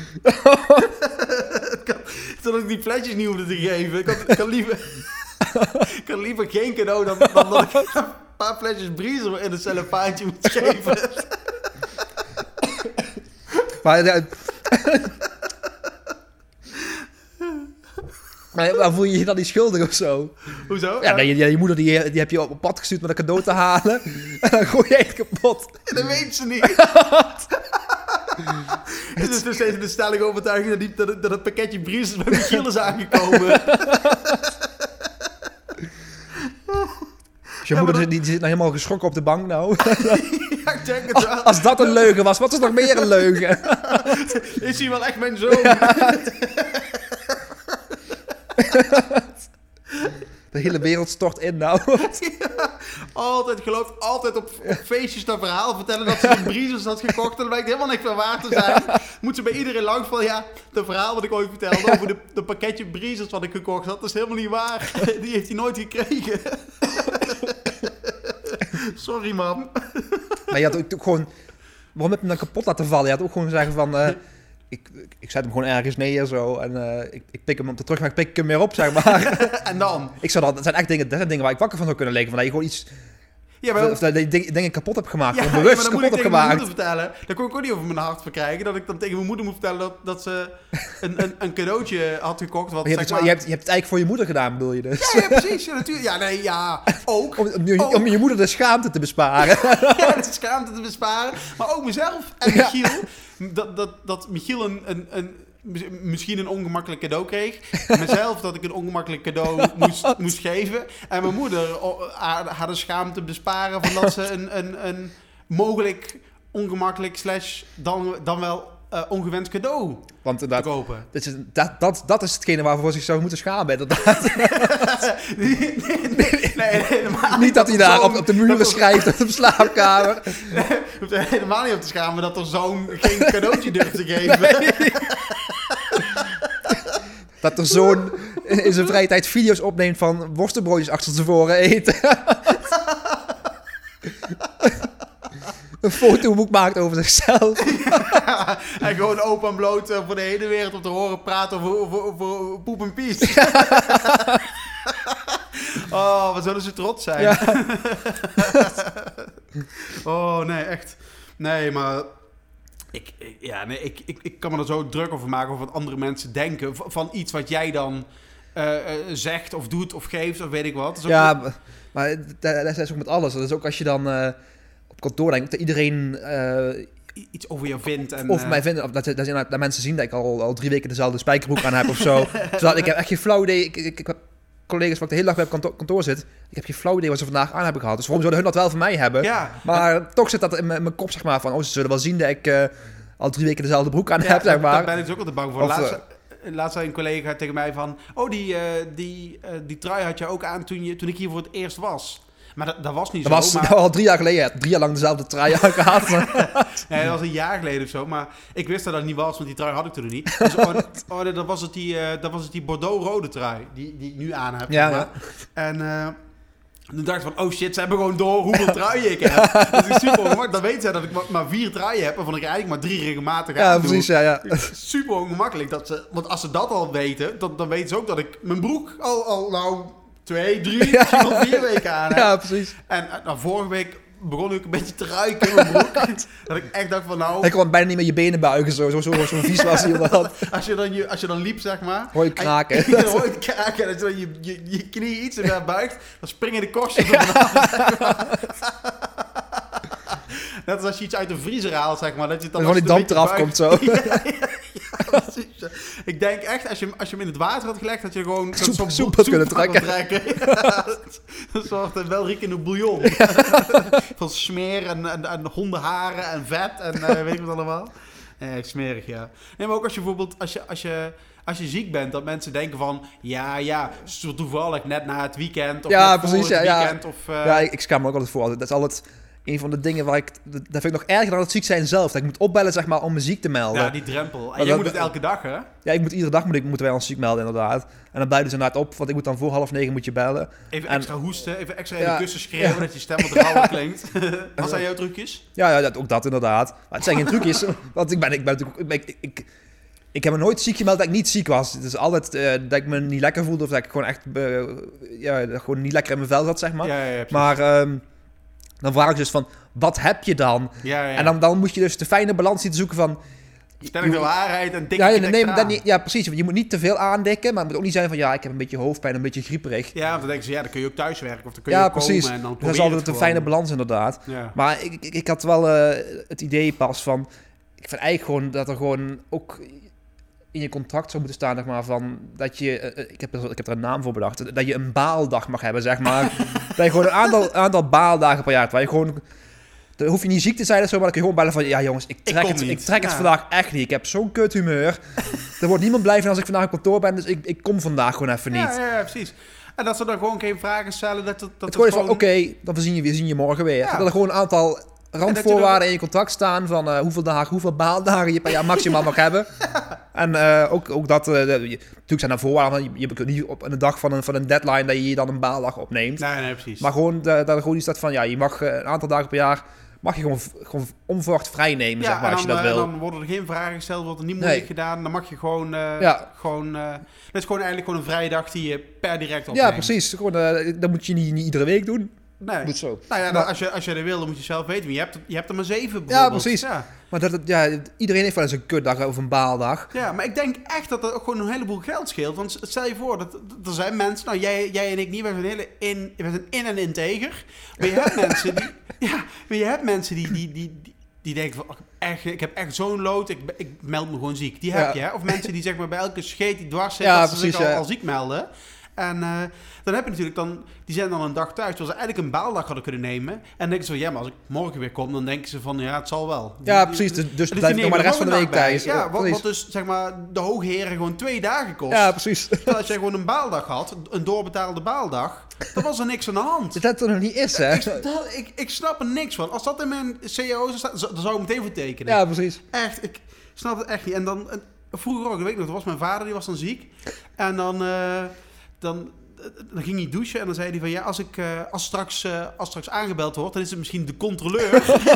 toen had ik die flesjes niet hoefde te geven. Ik had, ik had liever ik had liever geen cadeau dan, dan dat ik een paar flesjes Breezer in een cellofaantje moet geven. Maar ja, maar voel je je dan niet schuldig of zo? Hoezo? Ja, nee, je, je moeder die, die heb je op pad gestuurd met een cadeau te halen. En dan gooi je het kapot. Dat weet ze niet. Het is dus steeds de stellige overtuiging dat, die, dat, het, dat het pakketje Breezers bij Michiel is aangekomen. Dus je Ja, moeder dat... die, die zit nou helemaal geschrokken op de bank nou. Ja, ik denk het wel. Als dat een leugen was, wat is nog meer een leugen? Is hij wel echt mijn zoon? Ja. De hele wereld stort in nou. Ja, altijd gelooft, altijd op, op feestjes dat verhaal vertellen dat ze een Breezers had gekocht en dat blijkt helemaal niks meer waard te zijn. Moet ze bij iedereen langs van, ja, het verhaal wat ik ooit vertelde over de, de pakketje Breezers wat ik gekocht had, dat is helemaal niet waar. Die heeft hij nooit gekregen. Sorry, man. Maar je had ook gewoon... Waarom heb je hem dan kapot laten vallen? Je had ook gewoon zeggen van... Uh, ik, ik zet hem gewoon ergens neer zo en uh, ik, ik pik hem op de terugweg, pik ik hem weer op, zeg maar. En dan? Ik zou dat, dat zijn echt dingen, dat zijn dingen waar ik wakker van zou kunnen liggen. Van dat je gewoon iets... Ja, maar... Of dat je dingen kapot hebt gemaakt, ja, onbewust ja, maar dan kapot moet ik hebt tegen gemaakt. mijn moeder vertellen. Daar kon ik ook niet over mijn hart verkrijgen. Dat ik dan tegen mijn moeder moet vertellen dat, dat ze een, een, een cadeautje had gekocht. Wat, je, hebt, zeg maar... je, hebt, je hebt het eigenlijk voor je moeder gedaan, bedoel je dus? Ja, ja precies. Ja, natuurlijk. Ja, nee, ja. Ook. Om, om, ook. om je moeder de schaamte te besparen. Ja, de schaamte te besparen. Maar ook mezelf en Michiel. Ja. Dat, dat, dat Michiel een... een, een misschien een ongemakkelijk cadeau kreeg. Mezelf dat ik een ongemakkelijk cadeau moest, moest geven. En mijn moeder haar, haar de schaamte besparen van dat ze een, een, een mogelijk ongemakkelijk slash dan, dan wel uh, ongewenst cadeau Want te inderdaad, kopen. dat is, dat, dat, dat is hetgene waarvoor zich zou moeten schamen, inderdaad. nee, nee, nee, nee, helemaal Niet dat hij daar zo'n- op, op de muren dat er- schrijft op de slaapkamer. Je hoeft er helemaal niet op te schamen dat er zo'n geen cadeautje durft te geven. Nee. Dat er zo'n in zijn vrije tijd video's opneemt van worstenbroodjes achter tevoren eten. Een fotoboek maakt over zichzelf. Ja, en gewoon open en bloot uh, voor de hele wereld om te horen praten over, over, over poep en pies. Oh, wat zullen ze trots zijn. Ja. Oh, nee, echt. Nee, maar... Ik, ik- ja, nee, ik, ik, ik kan me er zo druk over maken over wat andere mensen denken. v- Van iets wat jij dan eh, eh, zegt of doet of geeft of weet ik wat. Dat is ook Ja, maar- maar dat, dat is ook met alles. Dat is ook als je dan uh, op kantoor denkt, dat iedereen uh, i- iets over jou vindt. En, over eh, mij vindt. Of dat, dat, dat, dat mensen zien dat ik al, al drie weken dezelfde spijkerbroek aan heb of zo. Terwijl ik heb echt geen flauw idee. Ik, ik, ik heb collega's waar ik de hele dag bij op kantoor, kantoor zit. Ik heb geen flauw idee wat ze vandaag aan hebben gehad. Dus waarom zouden hun dat wel van mij hebben? Ja, Maar toch zit dat in mijn, mijn kop, zeg maar, van... Oh, ze zullen wel zien dat ik uh, al drie weken dezelfde broek aan ja, heb, zeg daar- maar. Daar ben ik dus ook altijd bang voor. Of, Laatst, eh, laatst zei een collega tegen mij van... Oh, die, uh, die, uh, die trui had je ook aan toen, je, toen ik hier voor het eerst was. Maar dat, dat was niet Dat zo. was maar... nou, al drie jaar geleden. Ja, drie jaar lang dezelfde trui aan gehad. Nee, dat was een jaar geleden of zo. Maar ik wist dat dat niet was, want die trui had ik toen nog niet. Dus, oh, oh, dat was het die, uh, dat was het die Bordeaux-rode trui. Die, die ik nu aan heb. Ja, zeg ja. maar. En... Uh, toen dacht ik van, oh shit, ze hebben gewoon door hoeveel truien ik heb. Dat is super ongemakkelijk. Dan weten zij dat ik maar, maar vier truien heb, waarvan ik eigenlijk maar drie regelmatig Ja, aandoe. precies, ja, ja. Super ongemakkelijk. Dat ze, want als ze dat al weten, dan, dan weten ze ook dat ik mijn broek al, al nou twee, drie, Ja. misschien wel vier weken aan heb. Ja, precies. En uh, nou, vorige week begon ik een beetje te ruiken in mijn broek. Dat ik echt dacht van nou... Ik kon bijna niet meer je benen buigen, zo, zo, zo, zo vies was hij inderdaad. Als je, dan, je, als je dan liep, zeg maar... Hoor je kraken. En, ja, hoor je het kraken. En als je dan je, je, je knie iets te ver buigt, dan springen de korstjes er vanaf. Net als als je iets uit de vriezer haalt, zeg maar. Dat je het dan Gewoon als die je het damp een beetje eraf komt buigt- zo. Ja, ja, ja, precies. Ik denk echt, als je, hem- als je hem in het water had gelegd, dat je gewoon... dat Soep- zo'n soep boel- had kunnen soep had trekken. trekken. Ja, een soort uh, welriekende bouillon. Van smeer en, en, en hondenharen en vet en uh, weet ik wat allemaal. Eh, smerig, ja. Nee, maar ook als je bijvoorbeeld... Als je, als je, als je ziek bent, dat mensen denken van... Ja, ja, zo toevallig net na het weekend. Of Ja, net voor precies, het ja, ja. weekend. Of, uh, Ja, ik, ik schaam me ook altijd voor. Dat is altijd een van de dingen waar ik... Dat vind ik nog erger dan het ziek zijn zelf. Dat ik moet opbellen, zeg maar, om me ziek te melden. ja, die drempel. En Maar jij dat- moet het elke dag, hè? Ja, ik moet iedere dag moet ik, moeten wij ons ziek melden, inderdaad. En dan blijven ze inderdaad op, want ik moet dan voor half negen moet je bellen. Even En- extra hoesten, even extra in Ja. de kussen schreeuwen, Ja. dat je stem wat rauwer klinkt. Wat zijn jouw trucjes? Ja, ja dat, ook dat inderdaad. Maar het zijn geen trucjes, want ik ben, ik ben natuurlijk... Ik, ben- ik, ik, ik heb me nooit ziek gemeld dat ik niet ziek was. Het is altijd uh, dat ik me niet lekker voelde of dat ik gewoon echt... Uh, ja, gewoon niet lekker in mijn vel zat, zeg maar. Ja, ja, ja, precies. Maar um, dan vraag ik dus van, wat heb je dan? Ja, ja. En dan, dan moet je dus de fijne balans zien te zoeken van... Stel ik de waarheid en dik Ja, ik ja, het nee, extra dat niet, ja, precies. Je moet niet te veel aandikken, maar het moet ook niet zijn van... Ja, ik heb een beetje hoofdpijn, een beetje grieperig. Ja, want dan denken ze, ja, dan kun je ook thuiswerken of dan kun je Ja, ook precies. komen en dan Dat probeer is je altijd het een gewoon. fijne balans, inderdaad. Ja. Maar ik, ik, ik had wel uh, het idee pas van... Ik vind eigenlijk gewoon dat er gewoon ook in je contract zou moeten staan, zeg maar, van... Dat je... Uh, ik, heb er, ik heb er een naam voor bedacht. Dat je een baaldag mag hebben, zeg maar. Dat je gewoon een aantal, aantal baaldagen per jaar hebt, waar je gewoon... Dan hoef je niet ziek te zijn of zo, maar dan kun je gewoon bellen van... Ja jongens, ik trek, kom het, niet. ik trek het Ja. vandaag echt niet. Ik heb zo'n kut humeur. Er wordt niemand blij van als ik vandaag op kantoor ben, dus ik, ik kom vandaag gewoon even niet. Ja, ja, ja, precies. En dat ze dan gewoon geen vragen stellen, dat, dat, dat Het gewoon is gewoon... van, oké, dan zien je, we zien je morgen weer. Ja. Dat er gewoon een aantal dat randvoorwaarden je in je contract staan van uh, hoeveel dagen, hoeveel baaldagen je per jaar maximaal mag hebben. En uh, ook, ook dat, uh, de, je, natuurlijk zijn er voorwaarden, van, je, je kunt niet op een dag van een, van een deadline dat je je dan een baaldag opneemt. Nee, nee, precies. Maar gewoon, uh, dat er gewoon iets staat van, ja, je mag uh, een aantal dagen per jaar, mag je gewoon, gewoon onverwacht vrij nemen, ja, zeg maar, en als je dan, dat eh, wil. dan worden er geen vragen gesteld, wordt er niet moeilijk Nee. gedaan. Dan mag je gewoon... Uh, Ja. gewoon uh, dat is gewoon eigenlijk gewoon een vrije dag die je per direct opneemt. Ja, precies. Gewoon, uh, dat moet je niet, niet iedere week doen. Nee. Moet zo. Nou ja, Maar- als, je, als je er wil, dan moet je zelf weten. Maar je hebt, je hebt er maar zeven bijvoorbeeld. Ja, precies. Ja. Maar dat, het- ja, iedereen heeft wel eens een kutdag of een baaldag. Ja, maar ik denk echt dat dat ook gewoon een heleboel geld scheelt. Want stel je voor, dat, dat er zijn mensen... Nou, jij, jij en ik niet, wij zijn, hele in, wij zijn in en integer. Maar je hebt mensen die... Ja, maar je hebt mensen die... die, die, die die denken van, oh, echt, ik heb echt zo'n lood, ik, ik meld me gewoon ziek. Die heb Ja. je, hè? Of mensen die zeg maar bij elke scheet die dwars zit, Ja, dat ze precies, zich al, ja. al ziek melden. En uh, dan heb je natuurlijk dan... Die zijn dan een dag thuis, terwijl ze eigenlijk een baaldag hadden kunnen nemen. En dan denken ze van, ja, maar als ik morgen weer kom, dan denken ze van, ja, het zal wel. Ja, precies. Dus, dus blijf nog maar de rest van de week thuis. Ja, wat, wat dus, zeg maar, de hoogheren gewoon twee dagen kost. Ja, precies. Terwijl als jij gewoon een baaldag had, een doorbetaalde baaldag, dan was er niks aan de hand. Dat er nog niet is, hè? Ik, dat, ik, ik snap er niks van. Als dat in mijn C E O staat, dan zou ik meteen voor tekenen. Ja, precies. Echt, ik snap het echt niet. En dan, vroeger ook, weet ik nog, dat was mijn vader, die was dan ziek. En dan... Uh, dan Dan ging hij douchen en dan zei hij van... ja, als ik uh, als straks, uh, als straks aangebeld wordt... dan is het misschien de controleur.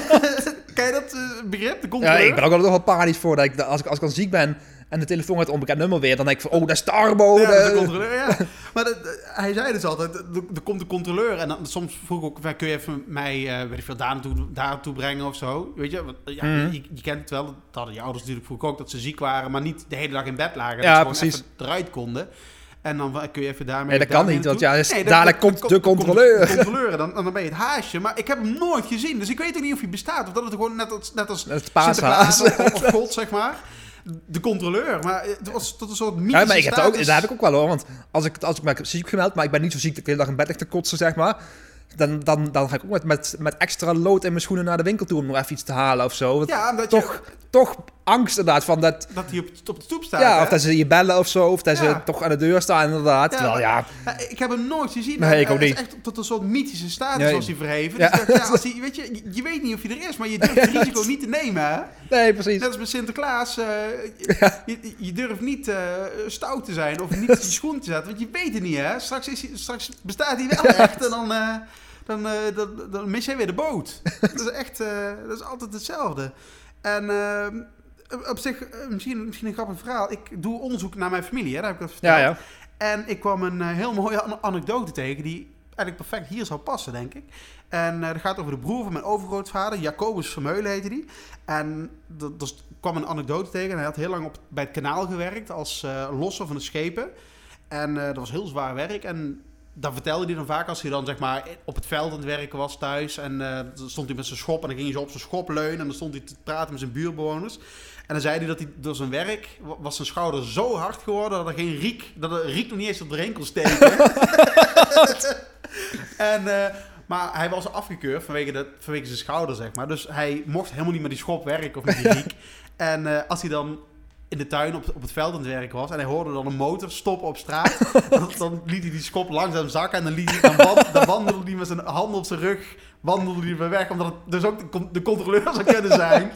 Ken je dat uh, begrip, de controleur? Ja, ik ben ook altijd nog wel panisch voor. Dat ik, als, ik, als ik dan ziek ben en de telefoon gaat onbekend nummer weer... dan denk ik van, oh, dat is Tarbo. Ja, de... de controleur, ja. Maar de, de, hij zei dus altijd, er komt de controleur. En dan, soms vroeg ik ook, kun je even mij... Uh, weet ik veel, daar naartoe, daar naartoe brengen of zo? Weet je, ja, mm. je, je kent het wel. Dat hadden je ouders natuurlijk vroeger ook, dat ze ziek waren... maar niet de hele dag in bed lagen. Ja, dat ze precies. gewoon even eruit konden... En dan kun je even daarmee... Nee, dat kan niet, want ja, dus nee, dadelijk dat, komt dat, de controleur. De controleur, dan, dan ben je het haasje. Maar ik heb hem nooit gezien, dus ik weet ook niet of hij bestaat. Of dat het gewoon net als, net als het Sinterklaas of, of God, zeg maar. De controleur, maar het was tot een soort mythische ja, maar ik heb status. ook, dat heb ik ook wel hoor, want als ik, als ik me ziek gemeld, maar ik ben niet zo ziek dat ik de hele dag in bed lig te kotsen, zeg maar... Dan, dan, dan ga ik ook met, met, met extra lood in mijn schoenen naar de winkel toe om nog even iets te halen of zo. Ja, omdat toch, je... toch angst inderdaad van dat... Dat hij op, op de stoep staat. Ja, hè? of dat ze je bellen of zo, of dat ja. ze toch aan de deur staan inderdaad. Ja, Terwijl, ja... Ik heb hem nooit gezien. Nee, ik ook niet. Het is echt tot een soort mythische status nee. als hij verheven. Ja. Dus dat, ja, als hij, weet je, je weet niet of hij er is, maar je durft het risico niet te nemen. Hè? Nee, precies. Net als met Sinterklaas. Uh, ja. je, je durft niet uh, stout te zijn of niet je schoen te zetten, want je weet het niet. Hè? Straks, is hij, straks bestaat hij wel echt en dan... Uh, Dan, uh, dan, dan mis jij weer de boot. Dat is echt, uh, dat is altijd hetzelfde. En uh, op zich, uh, misschien, misschien een grappig verhaal. Ik doe onderzoek naar mijn familie, hè, daar heb ik dat verteld. Ja, ja. En ik kwam een uh, heel mooie an- anekdote tegen die eigenlijk perfect hier zou passen, denk ik. En uh, dat gaat over de broer van mijn overgrootvader, Jacobus Vermeulen heette die. En er kwam een anekdote tegen en hij had heel lang op, bij het kanaal gewerkt als uh, losser van de schepen. En uh, dat was heel zwaar werk en... Dan vertelde hij dan vaak als hij dan zeg maar op het veld aan het werken was thuis. En uh, dan stond hij met zijn schop en dan ging hij zo op zijn schop leunen. En dan stond hij te praten met zijn buurtbewoners. En dan zei hij dat hij door zijn werk was zijn schouder zo hard geworden dat er geen riek, dat er riek nog niet eens op doorheen kon steken. en, uh, maar hij was afgekeurd vanwege, de, vanwege zijn schouder, zeg maar. Dus hij mocht helemaal niet met die schop werken of met die riek. En uh, als hij dan... in de tuin op, op het veld aan het werken was... en hij hoorde dan een motor stoppen op straat... dan, dan liet hij die schop langzaam zakken... en dan, liet hij, dan, wand, dan wandelde hij met zijn handen op zijn rug... wandelde hij weer weg... omdat het dus ook de, de controleur zou kunnen zijn.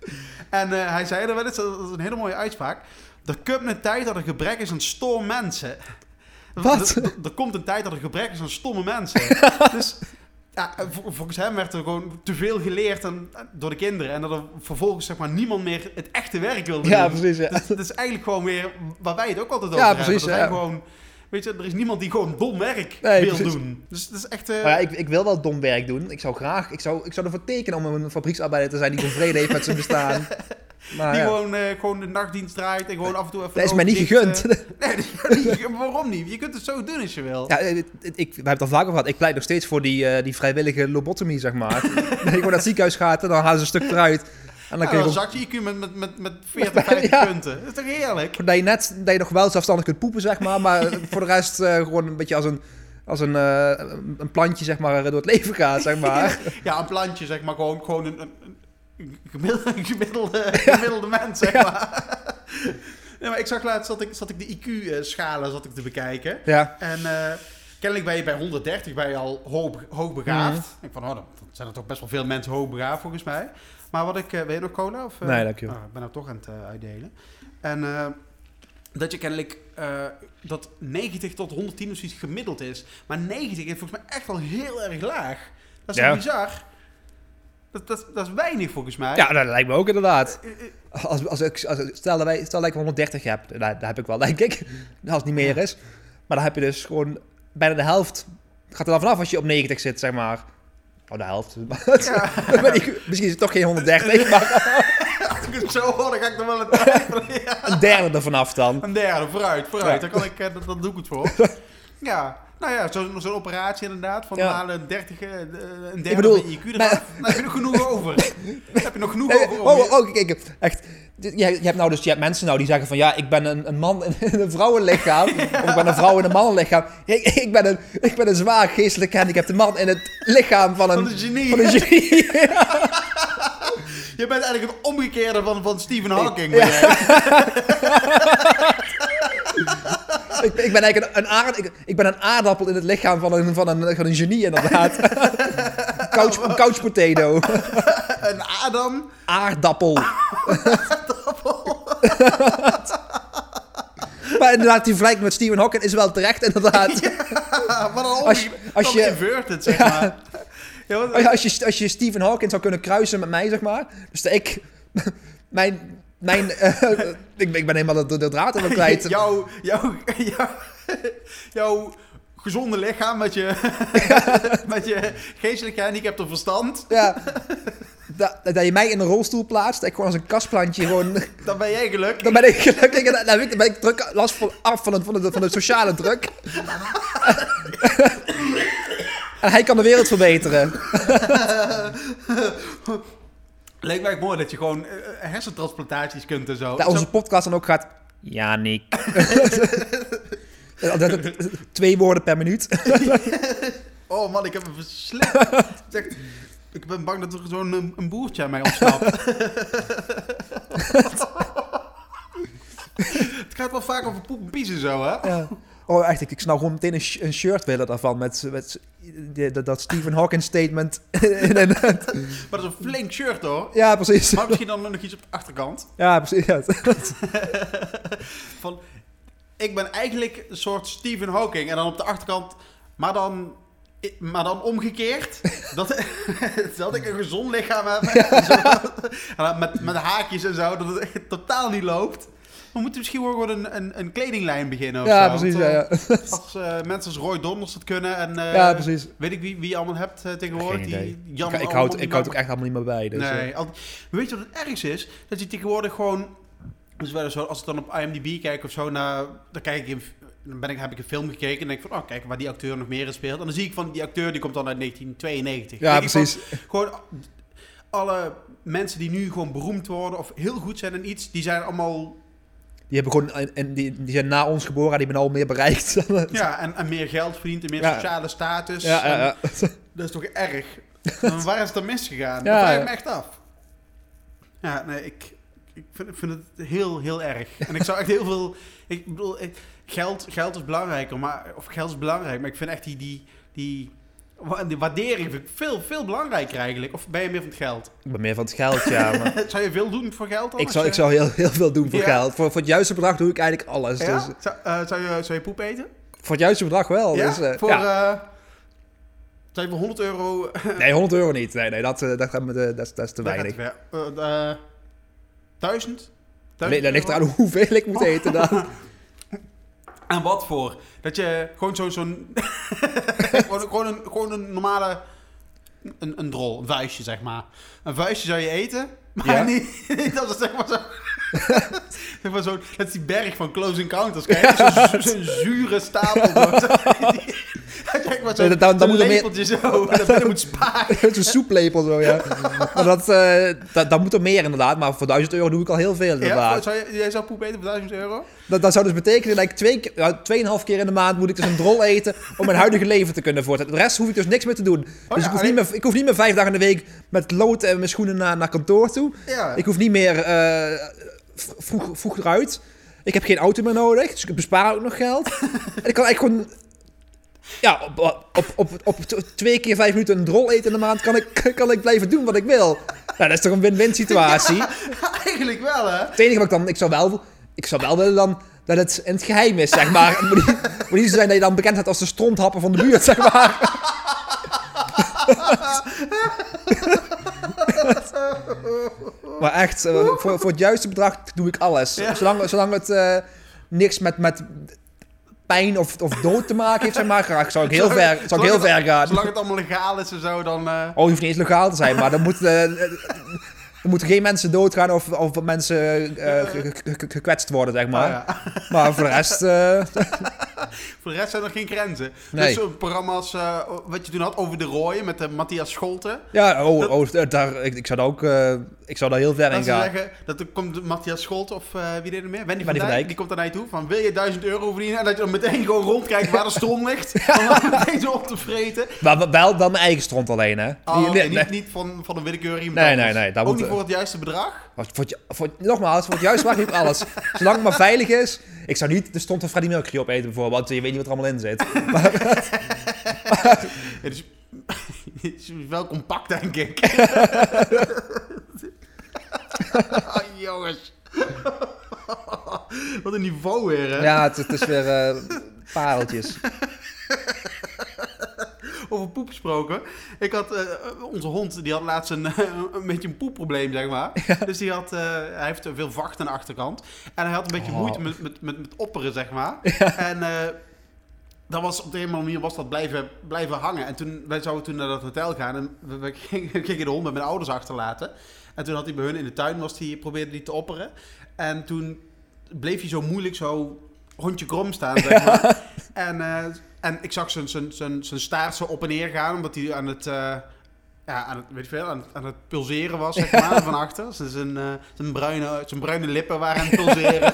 en uh, hij zei er wel eens... dat is een hele mooie uitspraak... er komt een tijd dat er gebrek is aan stomme mensen. Wat? Er, er, er komt een tijd dat er gebrek is aan stomme mensen. dus... Ja, volgens hem werd er gewoon te veel geleerd en, door de kinderen. En dat er vervolgens zeg maar niemand meer het echte werk wilde ja, doen. Precies, ja, precies. Dat is eigenlijk gewoon weer waar wij het ook altijd over ja, hebben. Precies, er, ja. gewoon, weet je, er is niemand die gewoon dom werk nee, wil precies. doen. Dus dat is echt... Uh... Ja, ik, ik wil wel dom werk doen. Ik zou graag... Ik zou, ik zou ervoor tekenen om een fabrieksarbeider te zijn die gewoon vrede heeft met zijn bestaan. Maar, die ja. gewoon, uh, gewoon de nachtdienst draait en gewoon af en toe even... Dat is mij niet gegund. Uh, nee, dat is niet gegund. Waarom niet? Je kunt het zo doen als je wil. Ja, ik, ik, we hebben het al vaker gehad. Ik pleit nog steeds voor die, uh, die vrijwillige lobotomie, zeg maar. Dat je gewoon naar het ziekenhuis gaat en dan halen ze een stuk eruit. En dan, ja, kun je dan gewoon... zak je I Q met, met, met, met veertig, vijftig ja. punten. Dat is toch heerlijk? Dat je, net, dat je nog wel zelfstandig kunt poepen, zeg maar. Maar voor de rest uh, gewoon een beetje als een... Als een, uh, een plantje, zeg maar, door het leven gaat, zeg maar. Ja, een plantje, zeg maar. Gewoon, gewoon een, een, een gemiddelde, gemiddelde, gemiddelde mens, zeg maar. Ja. Nee, maar ik zag laatst, zat ik, zat ik de I Q-schalen zat ik te bekijken. Ja. En uh, kennelijk ben je bij honderddertig ben je al hoog, hoogbegaafd. Mm. Ik van, oh, dan zijn er toch best wel veel mensen hoogbegaafd, volgens mij. Maar wat ik... Uh, weet je nog cola? Of, uh, nee, dank je. Oh, ik ben nou toch aan het uh, uitdelen. En... Uh, dat je kennelijk uh, dat negentig tot honderdtien of zoiets gemiddeld is. Maar negentig is volgens mij echt wel heel erg laag. Dat is ja. toch bizar? Dat, dat, dat is weinig volgens mij. Ja, dat lijkt me ook inderdaad. Als, als, ik, als, stel, dat wij, stel dat ik honderddertig heb, dat, dat heb ik wel, denk ik. Als het niet meer is. Maar dan heb je dus gewoon bijna de helft. Het gaat er dan vanaf als je op negentig zit, zeg maar. Oh, de helft. Ja. Misschien is het toch geen honderddertig, maar... Als ik het zo hoor, dan ga ik er wel een twijfelen. Ja. Een derde ervan af dan. Een derde, vooruit, vooruit. Ja. Dan kan ik, uh, dat, dat doe ik het voor. Ja, nou ja, zo'n zo operatie inderdaad. Van ja. halen dertig, uh, een derde ik bedoel, van je I Q eraf. Nee, dan heb je nog genoeg over. Dan heb je nog genoeg nee, over. Oh, oh, oh, kijk, echt. Je, je hebt nou dus je hebt mensen nou die zeggen van ja, ik ben een, een man in een vrouwenlichaam. Ja. Of ik ben een vrouw in een mannenlichaam. Ik, ik, ben een, ik ben een zwaar geestelijk gehandicapte man in het lichaam van een, van een genie. Van een genie. Ja. Je bent eigenlijk het omgekeerde van, van Stephen Hawking. Ja. ik, ik ben eigenlijk een, een, aard, ik, ik ben een aardappel in het lichaam van een, van een, van een genie, inderdaad. Een couch, een couch potato. Een Adam? Aardappel. Aardappel. Maar inderdaad, die vergelijking met Stephen Hawking is wel terecht, inderdaad. Ja, maar dan, als je, als je inverted, zeg maar. Ja. Ja, wat... als, je, als je Stephen Hawking zou kunnen kruisen met mij, zeg maar. Dus dat ik... Mijn... mijn uh, ik, ik ben helemaal de, de draad helemaal kwijt. Jouw... Jouw... Jouw... Jouw gezonde lichaam met je... met je geestelijk gehandicapte verstand. Ja. Dat, dat je mij in een rolstoel plaatst, dat ik gewoon als een kastplantje gewoon... Dan ben jij gelukkig. Dan ben ik gelukkig en dan, dan ben ik druk, last van, af van, het, van, de, van de sociale druk. En hij kan de wereld verbeteren. Lijkt mij mooi dat je gewoon uh, hersentransplantaties kunt en zo. Dat onze podcast dan ook gaat... Ja, Nick. Twee woorden per minuut. Oh man, ik heb hem verslikt. Echt, ik ben bang dat er zo'n een, een boertje aan mij ontsnapt. Het gaat wel vaak over poep en pies en zo, hè? Ja. Oh, echt, ik, ik snap gewoon meteen een, sh- een shirt willen daarvan met, met die, dat, dat Stephen Hawking statement. Maar dat is een flink shirt, hoor. Ja, precies. Maar misschien dan nog iets op de achterkant. Ja, precies. Ja. Van, ik ben eigenlijk een soort Stephen Hawking en dan op de achterkant, maar dan, maar dan omgekeerd. dat, dat ik een gezond lichaam heb. Ja. Met, met haakjes en zo, dat het echt totaal niet loopt. We moeten misschien wel gewoon een, een, een kledinglijn beginnen of ja, zo. Precies, Want, ja, ja. Als uh, mensen als Roy Donders dat kunnen en uh, ja, precies. Weet ik wie, wie je allemaal hebt uh, tegenwoordig. Die Jan ik ik houd ik houd ook echt helemaal niet meer bij. Dus, nee, uh. al, weet je wat het ergste is? Dat je tegenwoordig gewoon... Dus wel zo, als ik dan op I M D B kijk of zo, naar, dan, kijk ik in, dan ben ik, heb ik een film gekeken en denk ik van, oh kijk waar die acteur nog meer in speelt. En dan zie ik van, die acteur die komt dan uit negentien tweeënnegentig. Ja, precies. Van, gewoon alle mensen die nu gewoon beroemd worden of heel goed zijn in iets, die zijn allemaal... Die, hebben gewoon, en die, die zijn na ons geboren en die hebben al meer bereikt. Ja, en, en meer geld verdiend en meer ja. sociale status. Ja, ja, ja. Dat is toch erg? En waar is het dan misgegaan? Ja, dat vraag ik ja. me echt af. Ja, nee, ik, ik vind, vind het heel, heel erg. En ik zou echt heel veel... Ik bedoel, ik, geld, geld is belangrijker, maar... Of geld is belangrijk, maar ik vind echt die... die, die Die waardering vind ik veel, veel belangrijker eigenlijk. Of ben je meer van het geld? Ik ben meer van het geld, ja. Maar... zou je veel doen voor geld dan? Ik zou, je... ik zou heel, heel veel doen voor ja. geld. Voor, voor het juiste bedrag doe ik eigenlijk alles. Ja? Dus... Zou, uh, zou, je, zou je poep eten? Voor het juiste bedrag wel. Ja? Dus, uh, voor, ja. Uh, zou je voor honderd euro... nee, honderd euro niet. Nee, nee dat, uh, dat, gaat met, uh, dat, dat is te weinig. Uh, uh, duizend? Nee, dat ligt eraan hoeveel ik moet eten dan. En wat voor? Dat je gewoon zo'n... zo'n gewoon, gewoon, een, gewoon een normale... Een, een drol, een vuistje zeg maar. Een vuistje zou je eten, maar ja? niet, niet dat is zeg maar zo... zeg maar zo, dat is die berg van Close Encounters. Kijk, ja. zo'n zo zure stapel. Kijk maar zo'n nee, zo lepeltje meer... zo, dat binnen moet sparen. Zo'n soeplepel zo, ja. Maar dat, uh, dat, dat moet er meer inderdaad, maar voor duizend euro doe ik al heel veel inderdaad. Ja, zou je, jij zou poep eten voor duizend euro? Dat, dat zou dus betekenen dat ik twee, uh, tweeënhalf keer in de maand moet ik dus een drol eten om mijn huidige leven te kunnen voortzetten. De rest hoef ik dus niks meer te doen. Oh, dus ja, ik, hoef niet meer, ik hoef niet meer vijf dagen in de week met lood en mijn schoenen naar, naar kantoor toe. Ja. Ik hoef niet meer uh, vroeg, vroeg eruit. Ik heb geen auto meer nodig, dus ik bespaar ook nog geld. En ik kan eigenlijk gewoon... Ja, op, op, op, op twee keer vijf minuten een drol eten in de maand kan ik, kan ik blijven doen wat ik wil. Nou, dat is toch een win-win situatie? Ja, eigenlijk wel, hè? Het enige wat ik dan... Ik zou wel, ik zou wel willen dan dat het in het geheim is, zeg maar. Het moet niet, moet niet zo zijn dat je dan bekend hebt als de stronthapper van de buurt, zeg maar. Maar echt, uh, voor, voor het juiste bedrag doe ik alles. Ja. Zolang, zolang het uh, niks met... met pijn of, of dood te maken heeft, zeg maar, graag zou ik heel zolang, ver, zou ik heel ver gaan. Zolang het allemaal legaal is en zo, dan... Uh... Oh, je hoeft niet eens legaal te zijn, maar dan moet, uh, er moeten geen mensen doodgaan of, of mensen uh, ge, ge, ge, gekwetst worden, zeg maar. Oh, ja. Maar voor de rest... Uh... Voor de rest zijn er geen grenzen. Nee. Dus uh, programma's, uh, wat je toen had over de rooien met uh, Matthias Scholten. Ja, oh, dat, oh, daar, ik, ik zou daar ook uh, ik zou daar heel ver in gaan. Zeggen, dat er komt Matthias Scholten of uh, wie deed er meer? Wendy van, Wendy van Dijk, Dijk. Die komt naar je toe van wil je duizend euro verdienen? En dat je dan meteen gewoon rondkijkt waar de stroom ligt. Om dan meteen zo op te vreten. Maar wel, wel mijn eigen stront alleen, hè? Oh, Die, okay, nee, niet, nee. niet van, van een willekeur iemand Nee, anders. nee, nee. Daar Ook moet, niet voor het juiste bedrag? Voor, voor, voor, nogmaals, voor het juiste bedrag niet alles. Zolang het maar veilig is. Ik zou niet de stront van Freddie Mercury opeten bijvoorbeeld, want je weet niet wat er allemaal in zit. Maar, het, is, het is wel compact, denk ik. Oh, jongens. Wat een niveau weer, hè? ja, het, het is weer uh, pareltjes. Over poep gesproken. Ik had, uh, onze hond, die had laatst een, een beetje een poepprobleem, zeg maar. Ja. Dus die had, uh, hij heeft veel vacht aan de achterkant. En hij had een beetje oh. moeite met, met, met, met opperen, zeg maar. Ja. En uh, dat was op de een of andere manier was dat blijven, blijven hangen. En toen, wij zouden toen naar dat hotel gaan en we, we gingen de hond met mijn ouders achterlaten. En toen had hij bij hun in de tuin, was die, probeerde hij te opperen. En toen bleef hij zo moeilijk zo hondje krom staan, zeg maar. Ja. En... Uh, En ik zag zijn, zijn, zijn, zijn staart zo op en neer gaan, omdat hij aan het, uh, ja, aan het, weet je veel, aan, aan het pulseren was, zeg maar, van achter. Dus zijn, uh, zijn, bruine, zijn bruine lippen waren aan het pulseren.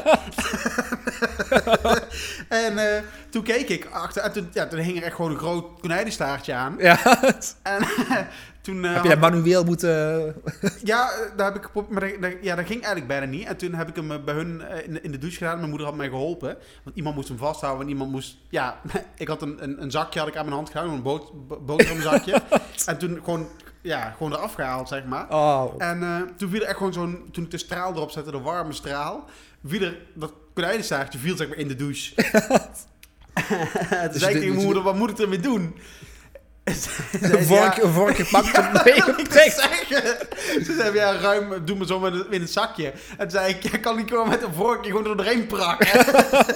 En uh, toen keek ik achter, en toen, ja, toen hing er echt gewoon een groot konijnenstaartje aan. Ja. En uh, toen... Uh, heb je dat manueel moeten... Ja, daar heb ik, maar dat, ja, dat ging eigenlijk bijna niet. En toen heb ik hem bij hun in de, in de douche gedaan. Mijn moeder had mij geholpen. Want iemand moest hem vasthouden. En iemand moest... Ja, ik had een, een, een zakje had ik aan mijn hand gehouden. Een boot, boterhamzakje. En toen gewoon... Ja, gewoon eraf gehaald, zeg maar. Oh. En uh, toen viel er echt gewoon zo'n... Toen ik de straal erop zette, de warme straal... Viel er... Dat konijnenstaartje viel, zeg maar, in de douche. Toen dus zei ik tegen mijn moeder, wat moet ik ermee doen? Een vorkje, ja. een vorkje pakt hem mee op Ze zei, ja, ruim, doe me zo met in het zakje. En toen zei ik, ja, kan ik gewoon met een vorkje gewoon er doorheen prakken?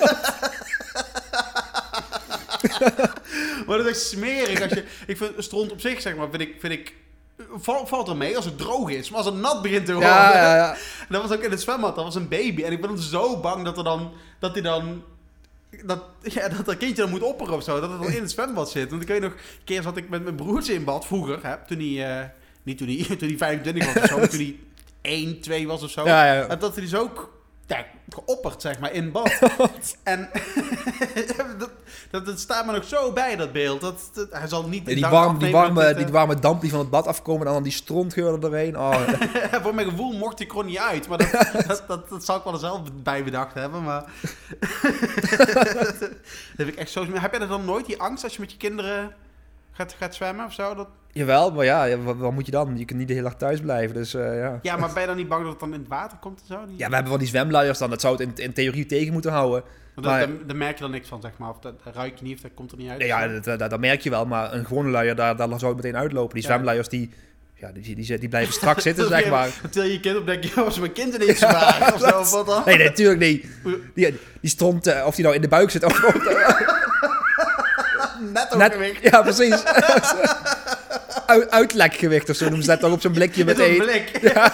Maar dat is echt smerig. Als je, ik vind stront op zich, zeg maar, vind ik... Vind ik val, valt er mee als het droog is. Maar als het nat begint te worden... Ja, ja, ja. Dat was ook in het zwembad, dat was een baby. En ik ben zo bang dat er dan... Dat hij dan... Dat, ja, dat dat kindje dan moet opperen of zo. Dat het dan in het zwembad zit. Want ik weet nog... Een keer zat ik met mijn broertje in bad, vroeger. Hè, toen hij... Uh, niet toen hij, toen hij vijfentwintig was of zo. Maar toen hij één, twee was of zo. Ja, ja. En dat hij dus ook... Ja, geopperd, zeg maar, in bad. En dat, dat, dat staat me nog zo bij, dat beeld. Dat, dat, hij zal niet... Ja, die, warm, die, warme, die warme damp die van het bad afkomen en dan die strontgeur erheen. Oh. Voor mijn gevoel mocht ik gewoon niet uit. Maar dat, dat, dat, dat zou ik wel er zelf bij bedacht hebben. Maar dat heb ik echt zo... Heb jij er dan nooit die angst als je met je kinderen gaat, gaat zwemmen of zo? Dat... Jawel, maar ja, wat, wat moet je dan? Je kunt niet de hele dag thuis blijven, dus uh, ja. Ja, maar ben je dan niet bang dat het dan in het water komt en zo? Die... Ja, we hebben van die zwemluiers dan. Dat zou het in, in theorie tegen moeten houden. Maar maar, daar, daar merk je dan niks van, zeg maar. Of dat, dat ruik je niet, of dat komt er niet uit. Nee, ja, dat, dat, dat merk je wel. Maar een gewone luier, daar, daar zou het meteen uitlopen. Die zwemluiers, die, ja, die, die, die blijven strak zitten, zeg maar. Dan til je je kind op, denk je, oh, als mijn kind ineens zwaar of zo, of wat dan? Nee, nee, natuurlijk niet. Die, die stront, uh, of die nou in de buik zit of... Net overgewicht. Ja, precies. Uit, uitlekgewicht of zo noemen ze dat toch op zo'n blikje met één. blik. Ja.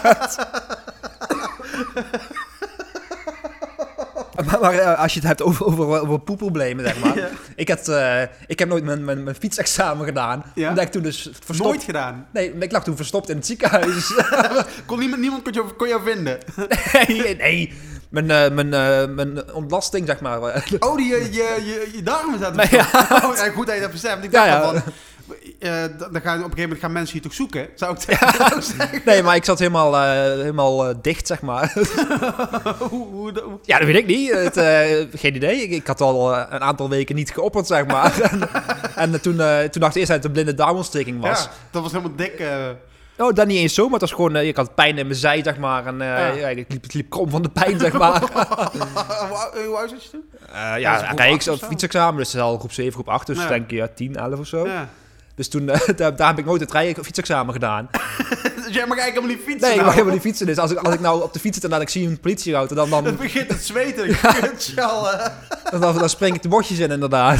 maar, maar uh, als je het hebt over, over, over poepproblemen, zeg maar. Ja. Ik, had, uh, ik heb nooit mijn, mijn, mijn fietsexamen gedaan. Ja? Omdat ik toen dus verstopt... Nooit gedaan? Nee, ik lag toen verstopt in het ziekenhuis. kon niemand, niemand kon, je, kon jou vinden? nee, nee. Mijn, uh, mijn, uh, mijn ontlasting, zeg maar. Oh, die je, je, je, je darmen zaten nee, ja. Oh, ja, goed dat je dat beseft. Ik dacht ja, ja. van... Uh, dan gaan, op een gegeven moment gaan mensen je toch zoeken, zou ik ja. zeggen. Nee, maar ik zat helemaal, uh, helemaal uh, dicht, zeg maar. hoe, hoe, hoe? Ja, dat weet ik niet. Het, uh, geen idee. Ik, ik had al uh, een aantal weken niet geopperd, zeg maar. en en uh, toen, uh, toen dacht ik eerst dat het een blinde darmontsteking was. Ja, dat was helemaal dik... Uh... Oh, dat niet eens zo, maar het was gewoon... Uh, ik had pijn in mijn zij, zeg maar. En uh, ja. Ja, ik, liep, ik liep krom van de pijn, zeg maar. Hoe oud zat je toen? Uh, ja, kijk, ik zat fietsexamen. Dus het is al groep zeven, groep acht. Dus ja. denk ik ja, tien, elf of zo. Ja. Dus toen, uh, daar, daar heb ik nooit het rijden fietsexamen gedaan. Dus jij mag eigenlijk helemaal niet fietsen? Nee, nou? ik mag helemaal niet fietsen. Dus als ik, als ik nou op de fiets zit en dan ik zie een politieauto, dan... dan dan begint het zweten. Ja. Al, uh... dan, dan, dan spring ik de bosjes in, inderdaad.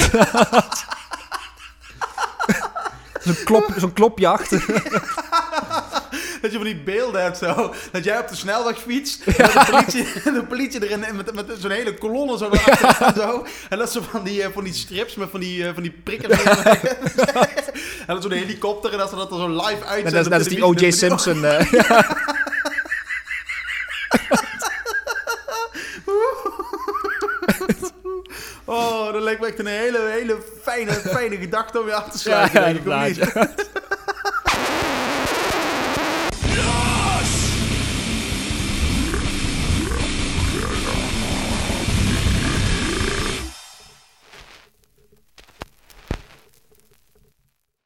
Zo'n klop, zo'n klopjacht. dat je van die beelden hebt zo. Dat jij op de snelweg fietst. En de politie, de politie erin met, met zo'n hele kolonne zo erachter en zo. En dat ze van die, van die strips met van die, van die prikkers. En dan zo'n helikopter en dat ze dat er zo live uitzenden. Dat is, dat is die O J Simpson. Uh, ja. Oh, dat lijkt me echt een hele, hele fijne, fijne gedachte om je af te sluiten. Ja, denk ik, of niet?